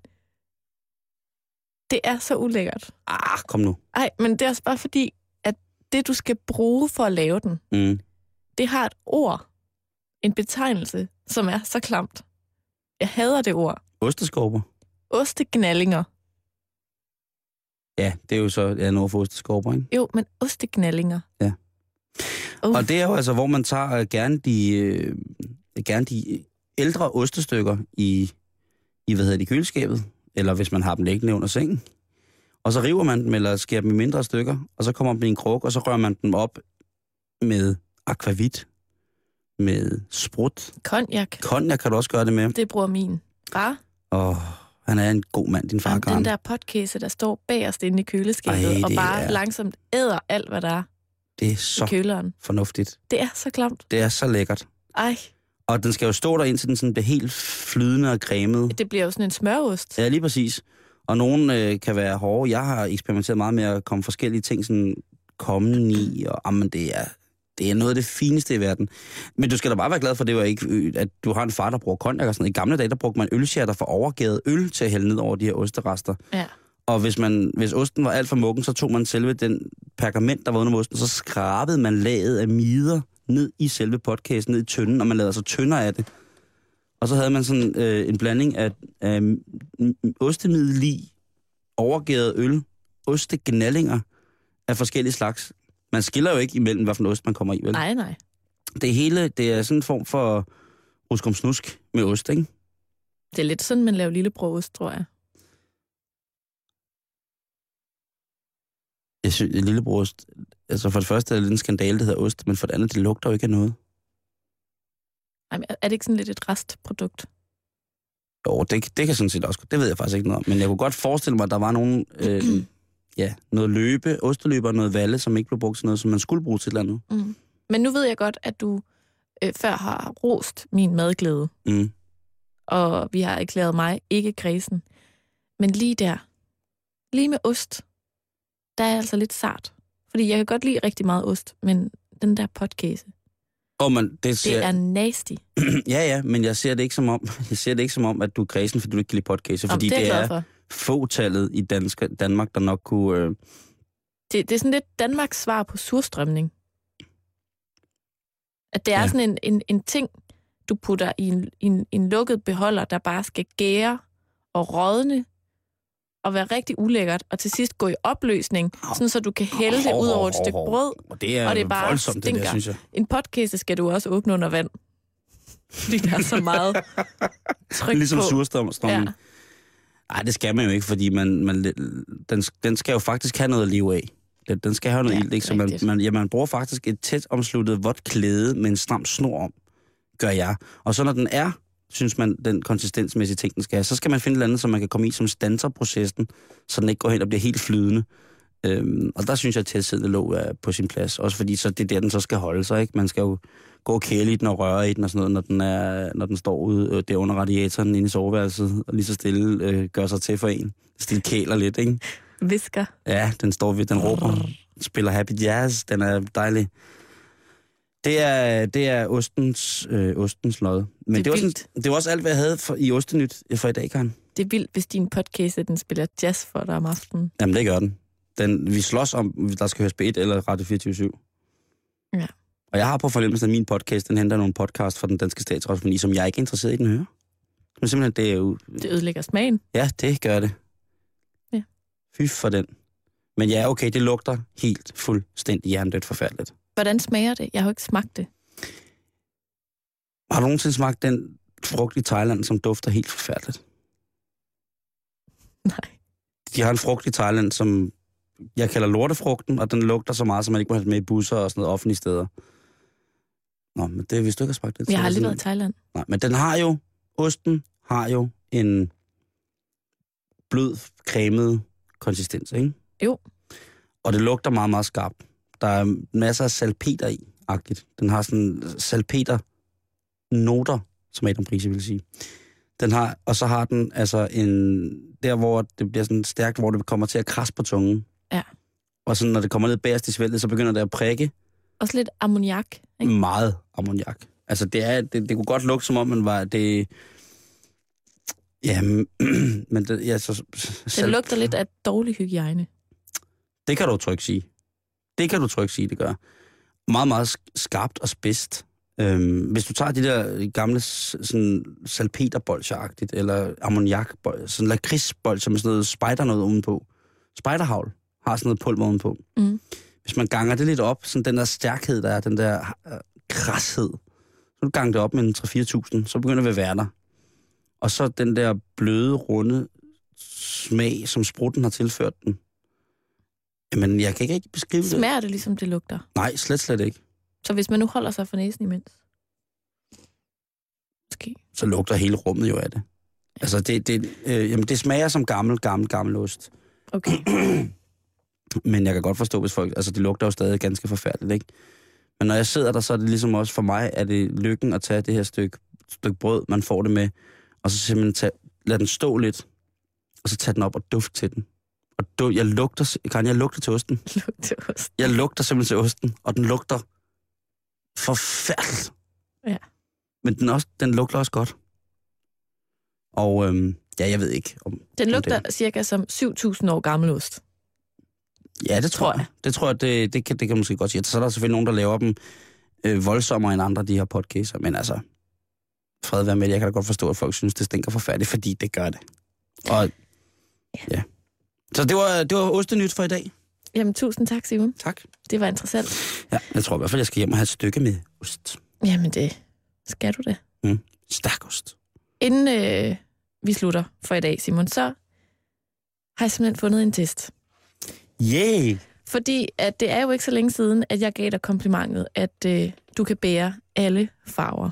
det er så ulækkert. Ah, kom nu. Ej, men det er også bare fordi, at det, du skal bruge for at lave den, Mm. det har et ord, en betegnelse, som er så klamt. Jeg hader det ord. Osteskorper. Ostegnallinger. Ja, det er jo så ja, noget for osteskorper, ikke? Jo, men ostegnallinger. Ja. Uh. Og det er jo altså, hvor man tager uh, gerne de, uh, gerne de ældre ostestykker i, i, hvad hedder det, køleskabet, eller hvis man har dem liggende under sengen. Og så river man dem, eller skærer dem i mindre stykker, og så kommer man i en krog, og så rører man dem op med akvavit, med sprut. Cognac. Cognac kan du også gøre det med. Det bruger min far. Åh, han er en god mand, din far, Jamen, Karen. den der podcast, der står bagerst inde i køleskabet, Ej, og det bare er- langsomt æder alt, hvad der er Det er i så køleren. fornuftigt. Det er så klamt. Det er så lækkert. Ej, Og den skal jo stå der, indtil den sådan bliver helt flydende og cremet. det bliver jo sådan en smørost. Ja, lige præcis. Og nogen øh, kan være hårde. Jeg har eksperimenteret meget med at komme forskellige ting sådan kommen i, og jamen, det er, det er noget af det fineste i verden. Men du skal da bare være glad for, det var ikke, øh, at du har en far, der bruger cognac og sådan noget. I gamle dage, der brugte man ølshatter for overgæret øl til at hælde ned over de her osterester. Ja. Og hvis, man, hvis osten var alt for muggen, så tog man selve den pergament, der var under osten, så skrabede man laget af mider ned i selve podcasten, ned i tønden, og man lavede så tynder af det. Og så havde man sådan øh, en blanding af, af ostemiddel, overgæret øl, ostegnallinger af forskellige slags. Man skiller jo ikke imellem, hvad for en ost man kommer i, vel? Nej, nej. Det hele, det er sådan en form for ruskum snusk med ost, ikke? Det er lidt sådan, man laver lillebrogost, tror jeg. Jeg synes, en lillebrost, altså for det første er det lidt en skandale, der hedder ost, men for det andet, det lugter jo ikke af noget. Ej, men er det ikke sådan lidt et restprodukt? Jo, det, det kan sådan set også, det ved jeg faktisk ikke noget om, men jeg kunne godt forestille mig, at der var nogen, øh, ja, noget løbe, osteløber og noget valle, som ikke blev brugt til noget, som man skulle bruge til et eller andet. Mm. Men nu ved jeg godt, at du øh, før har rost min madglæde, Mm. og vi har erklæret mig ikke kredsen. Men lige der, lige med ost, der er altså lidt sart. Fordi jeg kan godt lide rigtig meget ost, men den der podcast, Oh, man, det, ser, det er nasty. ja, ja, men jeg ser det ikke som om, jeg ser det ikke som om, at du er kredsen, fordi du ikke kan lide podcast, fordi Jamen, det er jeg det glad er for. fåtallet i dansk, Danmark, der nok kunne... Øh, Det, det er sådan lidt Danmarks svar på surstrømning. At det er Ja. ja. sådan en, en, en ting, du putter i en, en, en lukket beholder, der bare skal gære og rådne og være rigtig ulækkert, og til sidst gå i opløsning, sådan så du kan hælde det ud over et stykke brød. Og det er, og det er bare voldsomt, det der, stinker. synes jeg. En podcast skal du også åbne under vand. Fordi der er så meget tryk Ligesom på. surstrømning. Ja. Nej, det skal man jo ikke, fordi man, man, den, den skal jo faktisk have noget at leve af. Den, den skal have noget Ja, ild, ikke? Så man, rigtigt. man, ja, man bruger faktisk et tæt omsluttet vådt klæde med en stram snor om, gør jeg. Og så når den er, synes man, den konsistensmæssige ting, den skal have, så skal man finde et eller andet, som man kan komme i, som standser processen, så den ikke går hen og bliver helt flydende. Øhm, og der synes jeg, at tætsiddende låg er på sin plads. Også fordi så det er der, den så skal holde sig, ikke? Man skal jo gå og kæle i den og røre i den og sådan noget, når den, er, når den står ude øh, der under radiatoren inde i soveværelset, og lige så stille øh, gør sig til for en. Stille kæler lidt, ikke? Visker. Ja, den står ved, den råber, spiller happy jazz, den er dejlig. Det er, det er ostens, øh, ostens lod. Men Det er det, var vildt. sådan, det var også alt, hvad jeg havde for, i Ostenyt for i dag, Karen. Det er vildt, hvis din podcast den spiller jazz for dig om aftenen. Jamen, det gør den. den vi slås om, der skal høres B et eller Radio fireogtyve syv. Ja. Og jeg har på fornemmelsen, at min podcast, den henter nogle podcast fra den danske statsradiofoni, som jeg ikke er interesseret i, den hører. Men simpelthen, det er jo... Det ødelægger smagen. Ja, det gør det. Ja. Fy for den. Men ja, okay, det lugter helt fuldstændig hjernedødt forfærdeligt. Hvordan smager det? Jeg har jo ikke smagt det. Har du nogensinde smagt den frugt i Thailand, som dufter helt forfærdeligt? Nej. de har en frugt i Thailand, som jeg kalder lortefrugten, og den lugter så meget, så man ikke må have den med i busser og sådan noget offentlige steder. Nå, men det er hvis du ikke har smagt det. Jeg har aldrig været i Thailand. Nej, men den har jo, osten har jo en blød, cremet konsistens, ikke? Jo. Og det lugter meget, meget skarpt. Der er masser af salpeter i, agtigt. Den har sådan salpeter noter, som Adam Prise vil sige. Den har, og så har den altså en, der hvor det bliver sådan stærkt, hvor det kommer til at krasse på tungen. Ja. Og så når det kommer ned bagerst i svælget, så begynder det at prikke. Også lidt ammoniak, ikke? Meget ammoniak. Altså det er, det, det kunne godt lugte som om, man var, det... Ja, men det... Ja, så, det lugter lidt af dårlig hygiejne. Det kan du trygt sige. Det kan du trygt sige, det gør. Meget, meget skarpt og spidst. Øhm, hvis du tager de der gamle sådan salpeterbolcher-agtigt, eller ammoniakbolcher, sådan lakridsbolcher med sådan noget spider noget udenpå. Spiderhavl har sådan noget pulver udenpå. Mm. Hvis man ganger det lidt op, sådan den der stærkhed, der er, den der øh, krashed, så du ganger det op med en tre til fire tusind, så begynder det at være der. Og så den der bløde, runde smag, som sprutten har tilført den. Jamen, jeg kan ikke rigtig beskrive det. Smager det ligesom det lugter? Nej, slet, slet ikke. Så hvis man nu holder sig for næsen imens? Måske. Så lugter hele rummet jo af det. Altså, det, det, øh, jamen, det smager som gammel, gammel, gammel ost. Okay. Men jeg kan godt forstå, hvis folk... Altså, det lugter jo stadig ganske forfærdeligt, ikke? Men når jeg sidder der, så er det ligesom også for mig, at det lykken at tage det her stykke, stykke brød, man får det med, og så simpelthen tage, lad den stå lidt, og så tage den op og dufte til den. Og du, jeg lugter, kan jeg lugter til osten? Lugter osten. Jeg lugter simpelthen til osten, og den lugter forfærdeligt. Ja. Men den, også, den lugter også godt. Og øhm, ja, jeg ved ikke om... Den lugter om det. cirka som syv tusind år gammel ost. Ja, det tror, tror jeg. jeg. Det tror jeg, det, det, kan, det kan måske godt sige. Så er der selvfølgelig nogen, der laver dem øh, voldsommere end andre, de her podcaster. Men altså, fred være med, jeg kan da godt forstå, at folk synes, det stinker forfærdeligt, fordi det gør det. Og ja. ja. Så det var, det var ostenyt for i dag. Jamen, tusind tak, Simon. Tak. Det var interessant. Ja, jeg tror i hvert fald, jeg skal hjem og have et stykke med ost. Jamen, det skal du det. Mm. Stærk ost. Inden øh, vi slutter for i dag, Simon, så har jeg simpelthen fundet en test. Yay! Fordi at det er jo ikke så længe siden, at jeg gav dig komplimentet, at øh, du kan bære alle farver.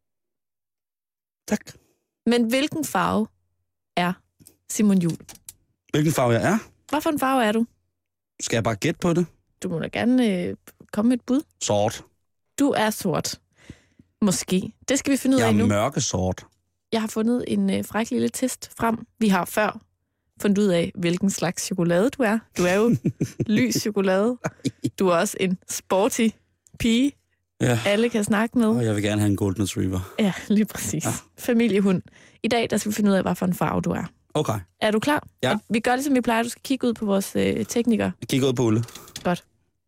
Tak. Men hvilken farve er Simon Jul? Hvilken farve jeg er? Hvad for en farve er du? Skal jeg bare gætte på det? Du må da gerne øh, komme med et bud. Sort. Du er sort. Måske. Det skal vi finde ud af nu. Jeg er mørke sort. Jeg har fundet en øh, fræk lille test frem. Vi har før fundet ud af, hvilken slags chokolade du er. Du er jo lys chokolade. Du er også en sporty pige. Ja. Alle kan snakke med. Og jeg vil gerne have en golden retriever. Ja, lige præcis. Ja. Familiehund. I dag der skal vi finde ud af, hvad for en farve du er. Okay. Er du klar? Ja. Og vi gør det, som vi plejer. Du skal kigge ud på vores øh, tekniker. Kig ud på Ulle. Godt.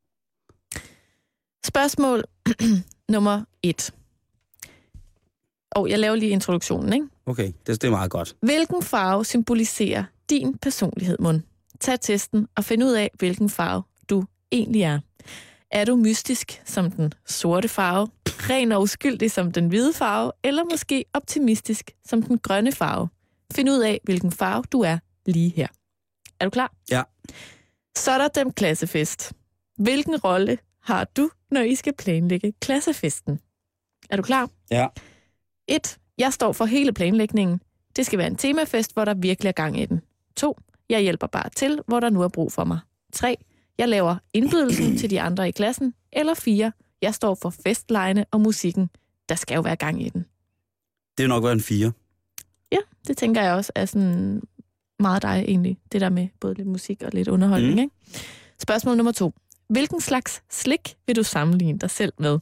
Spørgsmål nummer et. Og jeg laver lige introduktionen, ikke? Okay, det, det er meget godt. Hvilken farve symboliserer din personlighed, Mon? Tag testen og find ud af, hvilken farve du egentlig er. Er du mystisk som den sorte farve, ren og uskyldig som den hvide farve, eller måske optimistisk som den grønne farve? Find ud af, hvilken farve du er lige her. Er du klar? Ja. Så er der den klassefest. Hvilken rolle har du, når I skal planlægge klassefesten? Er du klar? Ja. et. Jeg står for hele planlægningen. Det skal være en temafest, hvor der virkelig er gang i den. to. Jeg hjælper bare til, hvor der nu er brug for mig. tre. Jeg laver indbydelsen til de andre i klassen. Eller fire. Jeg står for festlejene og musikken. Der skal jo være gang i den. Det er nok være en fire. Ja, det tænker jeg også er sådan meget dig egentlig. Det der med både lidt musik og lidt underholdning, mm. ikke? Spørgsmål nummer to. Hvilken slags slik vil du sammenligne dig selv med?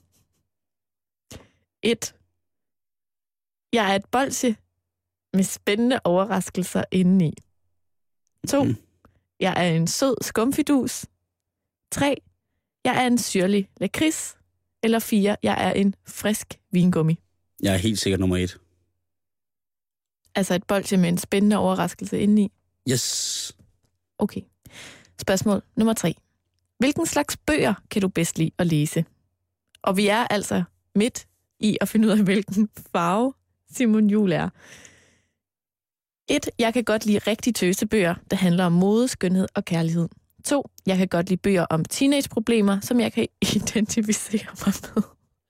et. Jeg er et bolsje med spændende overraskelser indeni. to. Mm. Jeg er en sød skumfidus. tre. Jeg er en syrlig lakrids. Eller fire. Jeg er en frisk vingummi. Jeg er helt sikkert nummer et. Altså et bolsje med en spændende overraskelse indeni? Yes. Okay. Spørgsmål nummer tre. Hvilken slags bøger kan du bedst lide at læse? Og vi er altså midt i at finde ud af, hvilken farve Simon Jul er. et. Jeg kan godt lide rigtig tøsebøger, der handler om mode, skønhed og kærlighed. to. Jeg kan godt lide bøger om teenageproblemer, som jeg kan identificere mig med.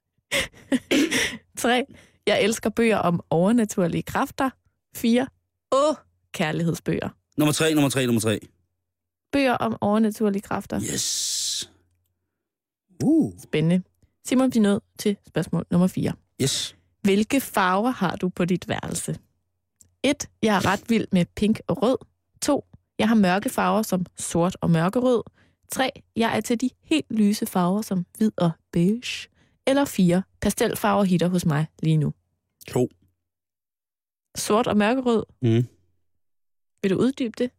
tre. Jeg elsker bøger om overnaturlige kræfter. fire. Åh, kærlighedsbøger. Nummer tre, nummer tre, nummer tre. Bøger om overnaturlige kræfter. Yes. Uh. Spændende. Simon, vi er nået til spørgsmål nummer fire. Yes. Hvilke farver har du på dit værelse? et. Jeg er ret vild med pink og rød. to. Jeg har mørke farver som sort og mørkerød. tre. Jeg er til de helt lyse farver som hvid og beige. Eller fire. Pastelfarver hitter hos mig lige nu. to. Sort og mørkerød. Mm. Vil du uddybe det?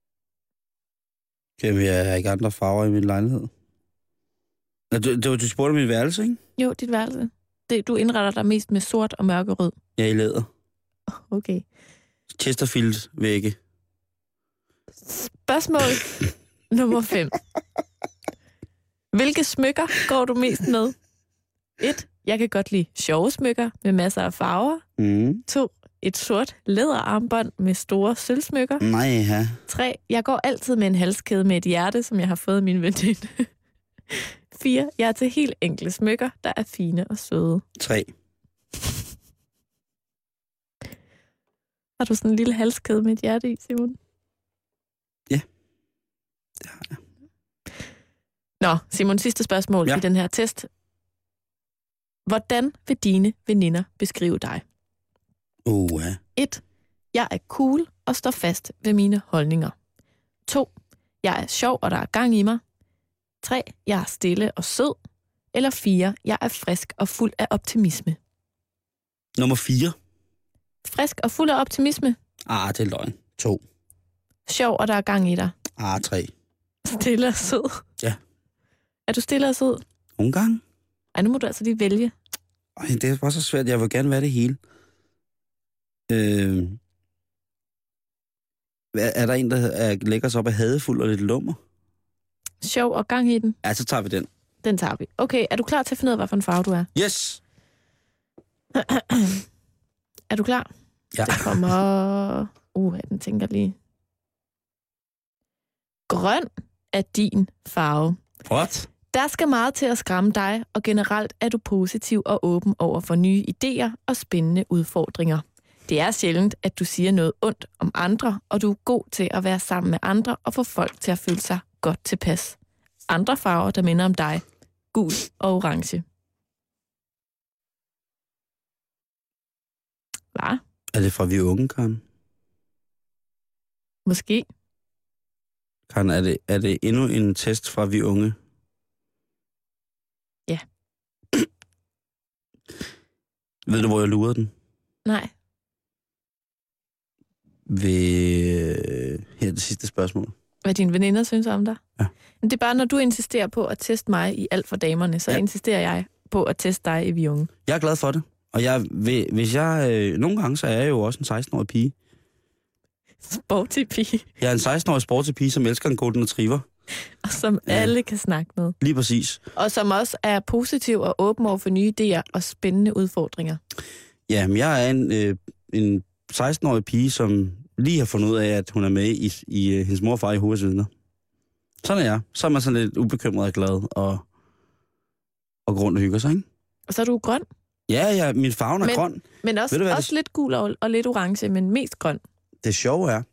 Jamen, jeg har ikke andre farver i min lejlighed. Nå, du, du, du spurgte min værelse, ikke? Jo, dit værelse. Det, du indretter dig mest med sort og mørkerød. Ja, i læder. Okay. Chesterfield vægge. Spørgsmål nummer fem. Hvilke smykker går du mest med? et. Jeg kan godt lide sjove smykker med masser af farver. Mm. to. Et sort læderarmbånd med store sølvsmykker. Nej, ja. tre. Jeg går altid med en halskæde med et hjerte, som jeg har fået af min veninde. fire. Jeg er til helt enkle smykker, der er fine og søde. tre. Har du sådan en lille halskæde med et hjerte i, Simon? Ja. Det har jeg. Nå, Simon, sidste spørgsmål ja. i den her test. Hvordan vil dine veninder beskrive dig? Uh, ja. et. Jeg er cool og står fast ved mine holdninger. to. Jeg er sjov, og der er gang i mig. tre. Jeg er stille og sød. Eller fire. Jeg er frisk og fuld af optimisme. Nummer fire. Frisk og fuld af optimisme. Ah, det er løgn. to. Sjov, og der er gang i dig. Ah, tre. Stille og sød. Ja. Er du stille og sød? Nogle gange. Ej, nu må du altså lige vælge. Ej, det er bare så svært. Jeg vil gerne være det hele. Øh... Er der en, der er, lægger sig op af hadefuld og lidt lummer? Sjov og gang i den. Ja, så tager vi den. Den tager vi. Okay, er du klar til at finde ud af, hvad for en farve du er? Yes! Er du klar? Ja. Det kommer... Uh, den tænker lige. Grøn er din farve. What? Der skal meget til at skræmme dig, og generelt er du positiv og åben over for nye idéer og spændende udfordringer. Det er sjældent, at du siger noget ondt om andre, og du er god til at være sammen med andre og få folk til at føle sig godt tilpas. Andre farver, der minder om dig. Gul og orange. Hvad? Er det fra vi unge, Karen? Måske. Karen, er det, er det endnu en test fra vi unge? Ja. Ved du, hvor jeg lurede den? Nej. Ved... Her er det sidste spørgsmål. Hvad dine veninder synes om dig? Ja. Men det er bare, når du insisterer på at teste mig i alt for damerne, så ja. insisterer jeg på at teste dig i vi unge. Jeg er glad for det. Og jeg, hvis jeg... Øh, nogle gange, så er jeg jo også en seksten-årig pige. Sporty pige. Jeg er en seksten-årig sporty pige, som elsker en golden retriever. Og som ja. alle kan snakke med. Lige præcis. Og som også er positiv og åben over for nye idéer og spændende udfordringer. Ja, men jeg er en, øh, en seksten-årig pige, som lige har fundet ud af, at hun er med i, i uh, hendes mor og far i hovedsiden. Sådan er jeg. Så er man sådan lidt ubekymret og glad og, og går rundt og hygger sig, ikke? Og så er du grøn. Ja, ja, min farve er men, grøn. Men også, du, også det... lidt gul og, og lidt orange, men mest grøn. Det sjove er,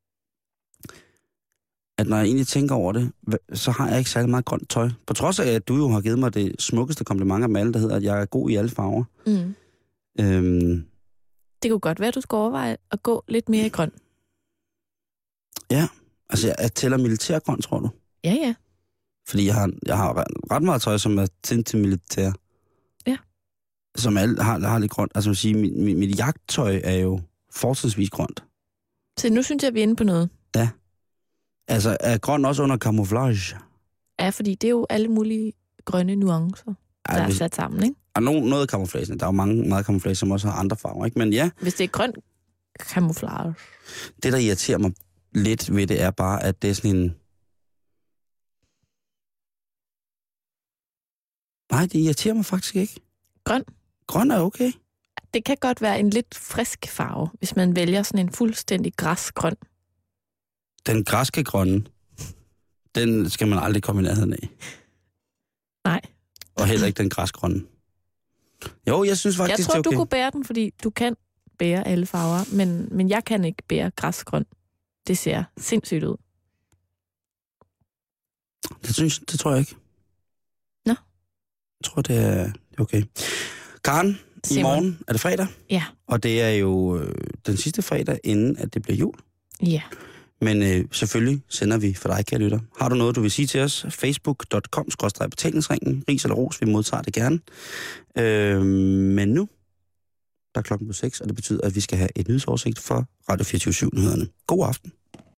at når jeg egentlig tænker over det, så har jeg ikke særlig meget grønt tøj. På trods af, at du jo har givet mig det smukkeste kompliment af dem alle, der hedder, at jeg er god i alle farver. Mm. Øhm, det kunne godt være, at du skal overveje at gå lidt mere i grøn. Ja, altså jeg, jeg tæller militærgrøn, tror du? Ja, ja. Fordi jeg har, jeg har ret meget tøj, som er tændt til militær. Ja. Som alle har, har lidt grønt. Altså man siger, mit, mit, mit jagttøj er jo fortrinsvis grønt. Så nu synes jeg, vi er inde på noget. Ja. Altså, er grøn også under camouflage? Ja, fordi det er jo alle mulige grønne nuancer, der Ej, hvis... er sat sammen, ikke? Og no, noget af camouflage. Der er jo mange meget camouflage, som også har andre farver, ikke? Men ja. Hvis det er grøn camouflage. Det, der irriterer mig lidt ved det, er bare, at det er sådan en... Nej, det irriterer mig faktisk ikke. Grøn? Grøn er okay. det kan godt være en lidt frisk farve, hvis man vælger sådan en fuldstændig græsgrøn. Den græske grønne, den skal man aldrig komme i nærheden af. Nej. Og heller ikke den græsgrønne. Jo, jeg synes faktisk, jeg tror, det er okay. du kunne bære den, fordi du kan bære alle farver, men, men jeg kan ikke bære græsgrøn. Det ser sindssygt ud. Det, synes, det tror jeg ikke. Nå. Jeg tror, det er, det er okay. Karen, Simon. I morgen er det fredag. Ja. Og det er jo øh, den sidste fredag, inden at det bliver jul. Ja. Men øh, selvfølgelig sender vi for dig, kære lytter. Har du noget, du vil sige til os? facebook punktum com skråstreg betalingsringen. Ris eller ros, vi modtager det gerne. Øh, men nu, der er klokken på seks, og det betyder, at vi skal have et nyhedsoversigt for Radio fireogtyve syv-nyhederne. God aften.